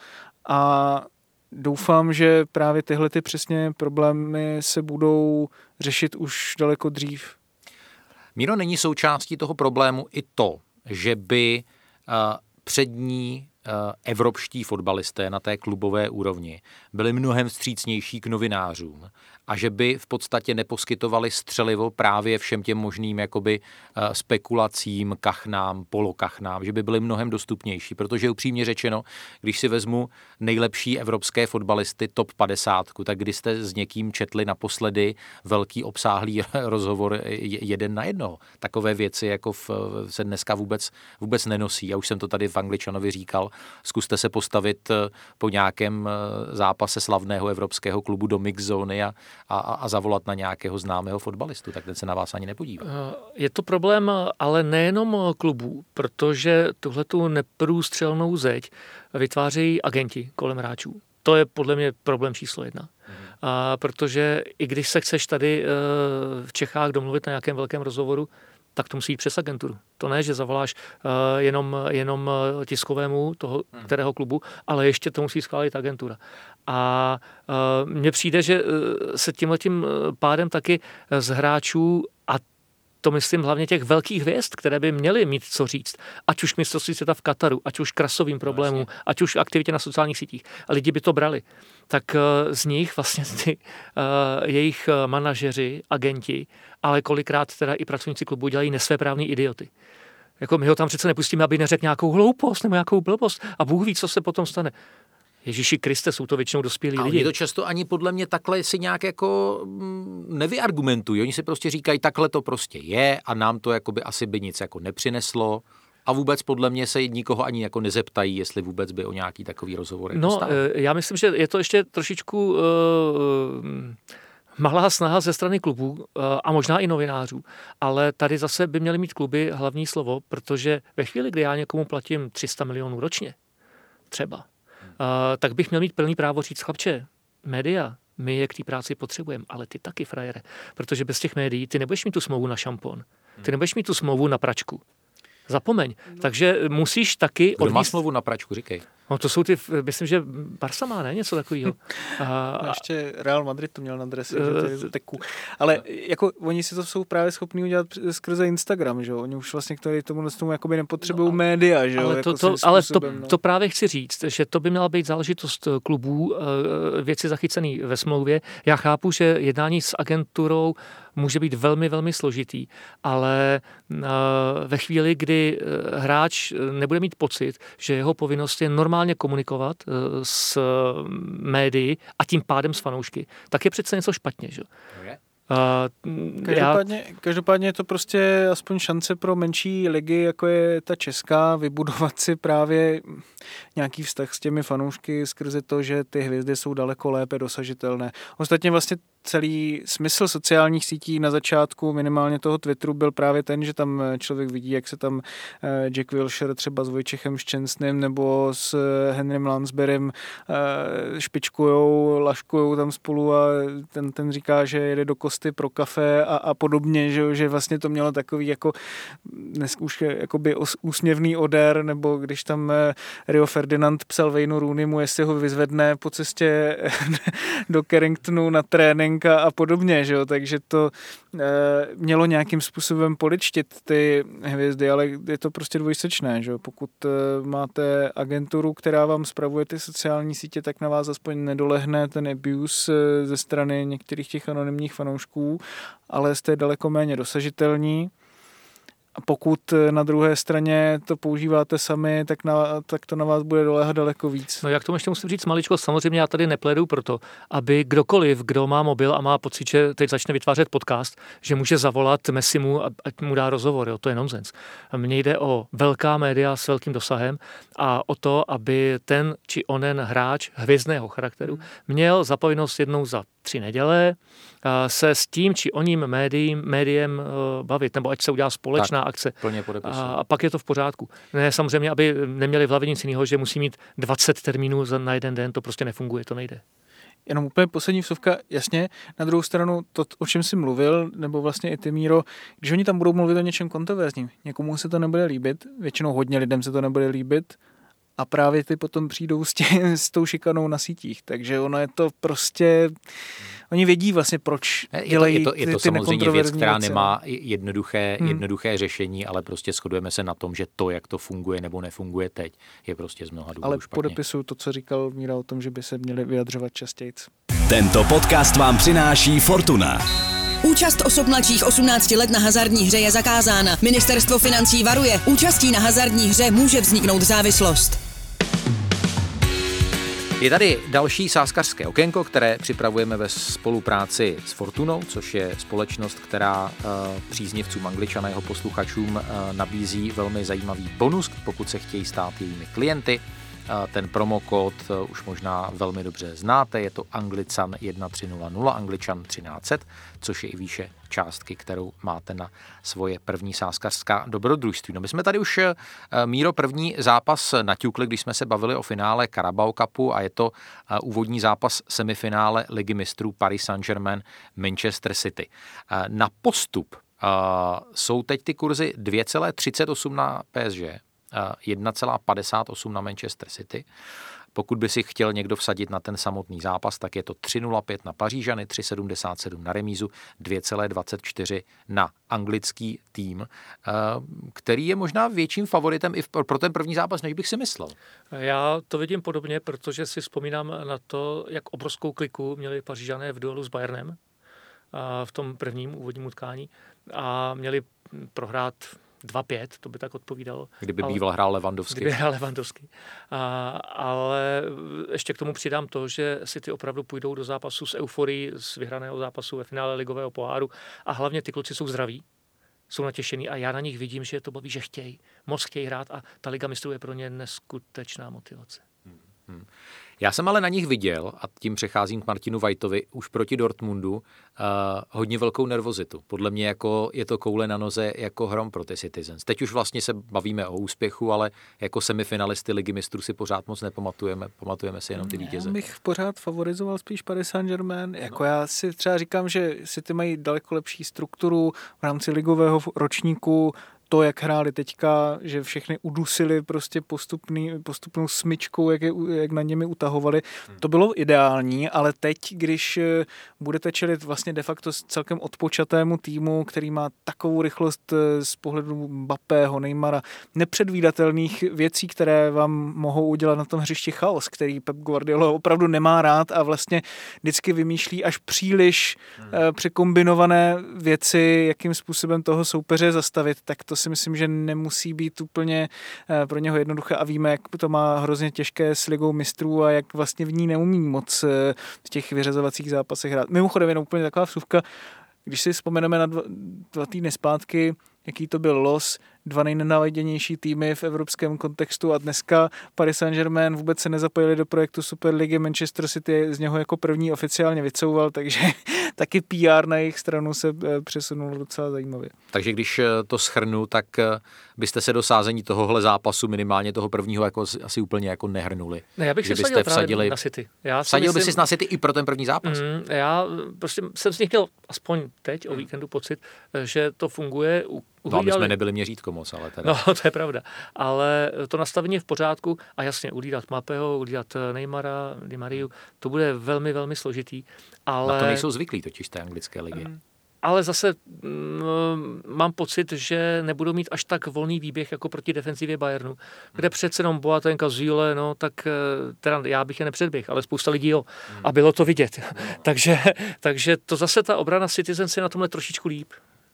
A doufám, že právě tyhle ty přesně problémy se budou řešit už daleko dřív. Míro, není součástí toho problému i to, že by uh, přední uh, evropští fotbalisté na té klubové úrovni byli mnohem vstřícnější k novinářům a že by v podstatě neposkytovali střelivo právě všem těm možným jakoby uh, spekulacím, kachnám, polokachnám, že by byli mnohem dostupnější, protože upřímně řečeno, když si vezmu nejlepší evropské fotbalisty top padesát, tak kdy jste s někým četli naposledy velký obsáhlý rozhovor jeden na jednoho. Takové věci jako v, se dneska vůbec, vůbec nenosí. Já už jsem to tady v Angličanovi říkal. Zkuste se postavit po nějakém zápase slavného evropského klubu do mix zóny a, a, a zavolat na nějakého známého fotbalistu, tak ten se na vás ani nepodívá. Je to problém ale nejenom klubů, protože tuhletu neprůstřelnou zeď vytvářejí agenti kolem hráčů. To je podle mě problém číslo jedna. Mm. A protože i když se chceš tady v Čechách domluvit na nějakém velkém rozhovoru, tak to musí jít přes agenturu. To ne, že zavoláš uh, jenom, jenom tiskovému toho, hmm. kterého klubu, ale ještě to musí schválit agentura. A uh, mně přijde, že uh, se tímhletím pádem taky z hráčů, a to myslím hlavně těch velkých hvězd, které by měly mít co říct, ať už k mistrovství světa v Kataru, ať už krasovým problémům, no, ať už aktivitě na sociálních sítích, a lidi by to brali, tak uh, z nich vlastně ty uh, jejich manažeři, agenti, ale kolikrát teda i pracovníci klubu dělají nesvéprávný idioty. Jako my ho tam přece nepustíme, aby neřekl nějakou hloupost nebo nějakou blbost a Bůh ví, co se potom stane. Ježíši Kriste, jsou to většinou dospělí a lidi. Oni to často ani podle mě takhle si nějak jako nevyargumentují. Oni si prostě říkají, takhle to prostě je a nám to jakoby asi by nic jako nepřineslo. A vůbec podle mě se nikoho ani jako nezeptají, jestli vůbec by o nějaký takový rozhovor No, stál. Já myslím, že je to ještě trošičku uh, malá snaha ze strany klubů uh, a možná i novinářů. Ale tady zase by měly mít kluby hlavní slovo, protože ve chvíli, kdy já někomu platím tři sta milionů ročně, třeba, uh, tak bych měl mít plný právo říct, chlapče, média, my je k té práci potřebujeme, ale ty taky, frajere. Protože bez těch médií ty nebudeš mít tu smlouvu na šampon, ty nebudeš mít tu smlouvu na pračku. Zapomeň. Takže musíš taky... Kdo odvíst... má smlouvu na pračku, říkej. No to jsou ty, myslím, že Barca má, ne? Něco takového. A, a ještě Real Madrid to měl na dresi, uh, teku. Ale jako oni si to jsou právě schopní udělat skrze Instagram, že jo? Oni už vlastně k tomu tomu jakoby nepotřebují no, média, že jo? Ale, jako to, to, ale to, no. to právě chci říct, že to by měla být záležitost klubů, věci zachycené ve smlouvě. Já chápu, že jednání s agenturou může být velmi, velmi složitý, ale ve chvíli, kdy hráč nebude mít pocit, že jeho povinnost je normálně komunikovat s médií a tím pádem s fanoušky, tak je přece něco špatně, že? Uh, každopádně, já... každopádně je to prostě aspoň šance pro menší ligy, jako je ta česká, vybudovat si právě nějaký vztah s těmi fanoušky skrze to, že ty hvězdy jsou daleko lépe dosažitelné. Ostatně vlastně celý smysl sociálních sítí na začátku minimálně toho Twitteru byl právě ten, že tam člověk vidí, jak se tam Jack Wilshere třeba s Vojčechem Ščensným nebo s Henrym Lansberym špičkujou, laškujou tam spolu a ten, ten říká, že jede do Kosty pro kafe a, a podobně, že, že vlastně to mělo takový jako dnes už jakoby úsměvný odér, nebo když tam Rio Ferdinand psal Waynu Rooneymu, jestli ho vyzvedne po cestě do Carringtonu na trénink a podobně, že jo, takže to e, mělo nějakým způsobem poličtit ty hvězdy, ale je to prostě dvojsečné, že jo, pokud e, máte agenturu, která vám spravuje ty sociální sítě, tak na vás aspoň nedolehne ten abuse e, ze strany některých těch anonymních fanoušků, ale jste daleko méně dosažitelní. A pokud na druhé straně to používáte sami, tak, na, tak to na vás bude doléhat daleko víc. No jak tomu ještě musím říct maličko, samozřejmě já tady nepléduju proto, aby kdokoliv, kdo má mobil a má pocit, že teď začne vytvářet podcast, že může zavolat Messimu a ať mu dá rozhovor, jo, to je nonsens. Mně jde o velká média s velkým dosahem a o to, aby ten či onen hráč hvězdného charakteru měl zapovinnost jednou za tři neděle se s tím či oním médiím, médiem bavit, nebo ať se udělá společná tak, akce. Plně podepisuji. A pak je to v pořádku. Ne, samozřejmě, aby neměli v hlavě nic jiného, že musí mít dvacet termínů na jeden den, to prostě nefunguje, to nejde. Jenom úplně poslední vsuvka, jasně, na druhou stranu to, o čem jsi mluvil, nebo vlastně i ty, Míro, když oni tam budou mluvit o něčem kontroverzním, někomu se to nebude líbit, většinou hodně lidem se to nebude líbit a právě ty potom přijdou s, tě, s tou šikanou na sítích, takže ono je to prostě, oni vědí vlastně, proč dělají je to, je to, je to ty, ty samozřejmě věc, která věci. nemá jednoduché, hmm. jednoduché řešení, ale prostě shodujeme se na tom, že to, jak to funguje nebo nefunguje teď, je prostě z mnoha důvodů ale špatně. podepisuju to, co říkal Míra o tom, že by se měli vyjadřovat častějc. Tento podcast vám přináší Fortuna. Účast osob mladších osmnácti let na hazardní hře je zakázána. Ministerstvo financí varuje. Účastí na hazardní hře může vzniknout závislost. Je tady další sázkařské okénko, které připravujeme ve spolupráci s Fortunou, což je společnost, která uh, příznivcům Angličana a jeho posluchačům uh, nabízí velmi zajímavý bonus, pokud se chtějí stát jejími klienty. Ten promokód už možná velmi dobře znáte, je to Anglican jedna tři nula nula, Angličan třináct set, což je i výše částky, kterou máte na svoje první sázkařská dobrodružství. No my jsme tady už, Míro, první zápas naťukli, když jsme se bavili o finále Carabao Cupu a je to úvodní zápas semifinále Ligy mistrů Paris Saint-Germain Manchester City. Na postup jsou teď ty kurzy dvě celá třicet osm na P S G, jedna celá padesát osm na Manchester City. Pokud by si chtěl někdo vsadit na ten samotný zápas, tak je to tři nula pět na Pařížany, tři sedmdesát sedm na remízu, dvě celá dvacet čtyři na anglický tým, který je možná větším favoritem i pro ten první zápas, než bych si myslel. Já to vidím podobně, protože si vzpomínám na to, jak obrovskou kliku měli Pařížané v duelu s Bayernem v tom prvním úvodním utkání a měli prohrát dva pět, to by tak odpovídalo. Kdyby ale, býval hrál Lewandowski. Kdyby hrál Lewandowski. A, ale ještě k tomu přidám to, že City opravdu půjdou do zápasu s euforií z vyhraného zápasu ve finále ligového poháru a hlavně ty kluci jsou zdraví, jsou natěšení a já na nich vidím, že je to baví, že chtějí, moc chtějí hrát a ta Liga mistrů je pro ně neskutečná motivace. Hmm. Hmm. Já jsem ale na nich viděl, a tím přecházím k Martinu Whiteovi, už proti Dortmundu, uh, hodně velkou nervozitu. Podle mě jako je to koule na noze jako hrom pro ty Citizens. Teď už vlastně se bavíme o úspěchu, ale jako semifinalisty Ligy mistrů si pořád moc nepamatujeme, pamatujeme si jenom ty vítěze. Já bych pořád favorizoval spíš Paris Saint-Germain. Jako no. Já si třeba říkám, že City mají daleko lepší strukturu v rámci ligového ročníku, to, jak hráli teďka, že všechny udusili prostě postupný, postupnou smyčkou, jak, je, jak na němi utahovali. Hmm. To bylo ideální, ale teď, když budete čelit vlastně de facto celkem odpočatému týmu, který má takovou rychlost z pohledu Mbappého, Neymara, nepředvídatelných věcí, které vám mohou udělat na tom hřišti chaos, který Pep Guardiola opravdu nemá rád a vlastně vždycky vymýšlí až příliš hmm. překombinované věci, jakým způsobem toho soupeře zastavit, tak to si myslím, že nemusí být úplně pro něho jednoduché a víme, jak to má hrozně těžké s Ligou mistrů a jak vlastně v ní neumí moc v těch vyřazovacích zápasech hrát. Mimochodem jenom úplně taková vsuvka, když si vzpomeneme na dva, dva týdny zpátky, jaký to byl los, dva nejnenáviděnější týmy v evropském kontextu a dneska Paris Saint-Germain vůbec se nezapojili do projektu Superligy, Manchester City z něho jako první oficiálně vycouval, takže taky P R na jejich stranu se přesunulo docela zajímavě. Takže když to shrnu, tak byste se do sázení tohohle zápasu, minimálně toho prvního, jako asi úplně jako nehrnuli. Ne, já bych si vsadil vsadil na City. Já vsadil myslím, bys si na City i pro ten první zápas? Mm, já prostě jsem z nich měl aspoň teď o víkendu pocit, že to funguje. No, my jsme nebyli měřítko moc, ale teda. No, to je pravda. Ale to nastavení je v pořádku a jasně, ulídat Mbappého, ulídat Neymara, Di Mariu, to bude velmi, velmi složitý. Ale... Na to nejsou zvyklí totiž té anglické ligy. Mm. Ale zase mm, mám pocit, že nebudou mít až tak volný výběh jako proti defenzivě Bayernu, kde přece jenom Boatenga, Zule, no tak teda já bych je nepředběh, ale spousta lidí jo. A bylo to vidět. takže, takže to zase ta obrana Citizens je na tomhle trošičku líp.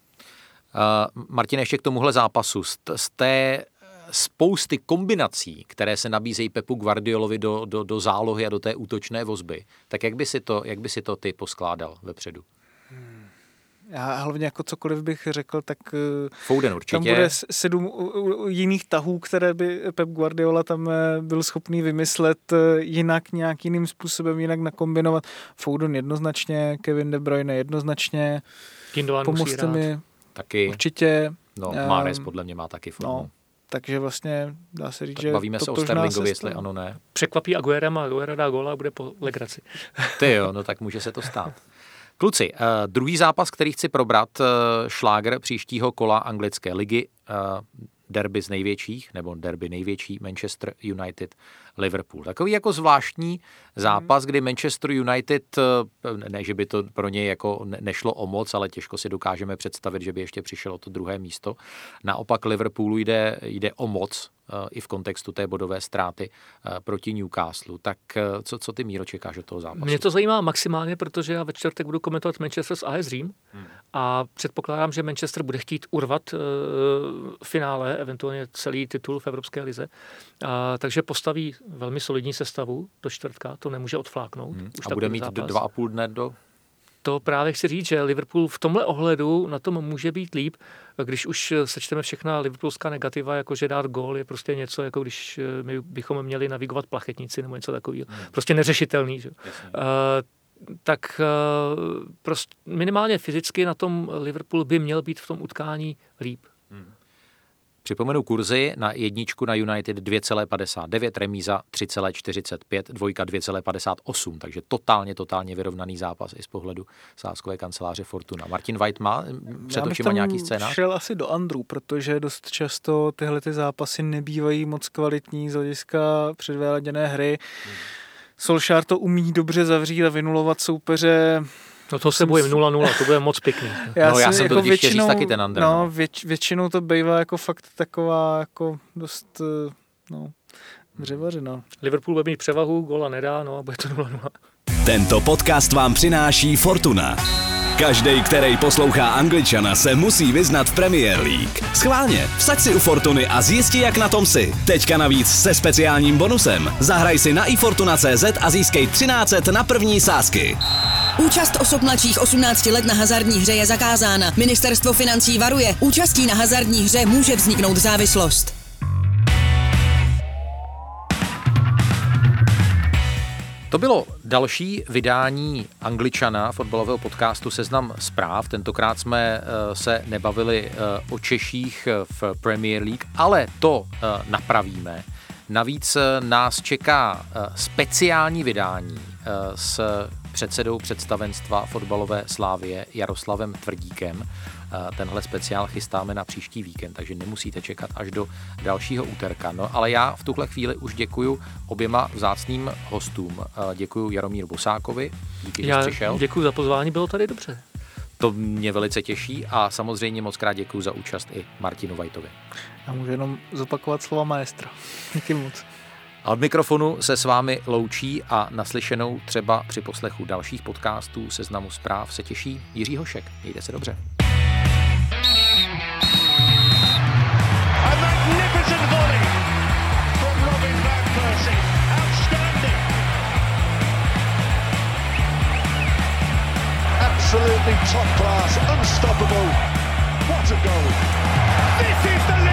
Uh, Martin, ještě k tomuhle zápasu. Z, z té spousty kombinací, které se nabízejí Pepu Guardiolovi do, do, do zálohy a do té útočné vozby, tak jak by si to, jak by si to ty poskládal vepředu? Hmm. Já hlavně jako cokoliv bych řekl, tak Foden určitě. Tam bude sedm jiných tahů, které by Pep Guardiola tam byl schopný vymyslet jinak, nějak jiným způsobem, jinak nakombinovat. Foden jednoznačně, Kevin De Bruyne jednoznačně. Gündogan musí Pomozte mi. Taky. Určitě. No, Mahrez podle mě má taky formu. No, takže vlastně dá se říct, tak že bavíme se o Sterlingovi, jestli ano, ne. Překvapí Aguera, a Aguera dá góla a bude po legraci. Ty jo, no tak může se to stát. Kluci, uh, druhý zápas, který chci probrat, uh, šláger příštího kola anglické ligy, uh, derby z největších, nebo derby největší, Manchester United, Liverpool. Takový jako zvláštní zápas, kdy Manchester United, ne, že by to pro něj jako nešlo o moc, ale těžko si dokážeme představit, že by ještě přišel o to druhé místo. Naopak Liverpoolu jde, jde o moc, i v kontextu té bodové ztráty proti Newcastle. Tak co, co ty, Míro, čekáš od toho zápasu? Mě to zajímá maximálně, protože já ve čtvrtek budu komentovat Manchester s A S Řím hmm. a předpokládám, že Manchester bude chtít urvat uh, finále, eventuálně celý titul v Evropské lize. Uh, takže postaví velmi solidní sestavu do čtvrtka, to nemůže odfláknout. Hmm. Už a bude mít zápas. dva a půl dne do... To právě chci říct, že Liverpool v tomhle ohledu na tom může být líp, když už sečteme všechna liverpoolská negativa, jako že dát gól je prostě něco, jako když my bychom měli navigovat plachetnici nebo něco takového. Hmm. Prostě neřešitelný. Že? Uh, tak uh, prostě minimálně fyzicky na tom Liverpool by měl být v tom utkání líp. Hmm. Připomenu kurzy na jedničku na United dvě celá padesát devět, remíza tři celá čtyřicet pět, dvojka dvě celá padesát osm, takže totálně, totálně vyrovnaný zápas i z pohledu sázkové kanceláře Fortuna. Martin White má před očima nějaký scénář? Šel asi do Andru, protože dost často tyhle ty zápasy nebývají moc kvalitní z hlediska předváděné hry. Hmm. Solskjaer to umí dobře zavřít a vynulovat soupeře. No to se bojím nula nula, to bude moc pěkný. Já, no, já jsem jako to totiž říct taky ten Andr. No, věč, většinou to bývá jako fakt taková jako dost, no, dřevařina. Liverpool bude mít převahu, góla nedá, no a bude to nula nula. Tento podcast vám přináší Fortuna. Každej, který poslouchá Angličana, se musí vyznat v Premier League. Schválně, vsaď si u Fortuny a zjisti, jak na tom si. Teďka navíc se speciálním bonusem. Zahraj si na ifortuna tečka cé zet a získej třináct set na první sázky. Účast osob mladších osmnácti let na hazardní hře je zakázána. Ministerstvo financí varuje. Účastí na hazardní hře může vzniknout závislost. To bylo další vydání Angličana, fotbalového podcastu Seznam zpráv. Tentokrát jsme se nebavili o Češích v Premier League, ale to napravíme. Navíc nás čeká speciální vydání s předsedou představenstva fotbalové Slávie Jaroslavem Tvrdíkem. Tenhle speciál chystáme na příští víkend, takže nemusíte čekat až do dalšího úterka. No, ale já v tuhle chvíli už děkuju oběma vzácným hostům. Děkuju Jaromíru Bosákovi, díky, já že jsi přišel. Děkuju za pozvání, bylo tady dobře. To mě velice těší a samozřejmě moc krát děkuju za účast i Martinu Whiteovi. Já můžu jenom zopakovat slova maestra. Díky moc. A od mikrofonu se s vámi loučí a naslyšenou třeba při poslechu dalších podcastů Seznamu zpráv se těší Jiří Hošek. Mějte se dobře. Absolutely top class, unstoppable. What a goal. This is the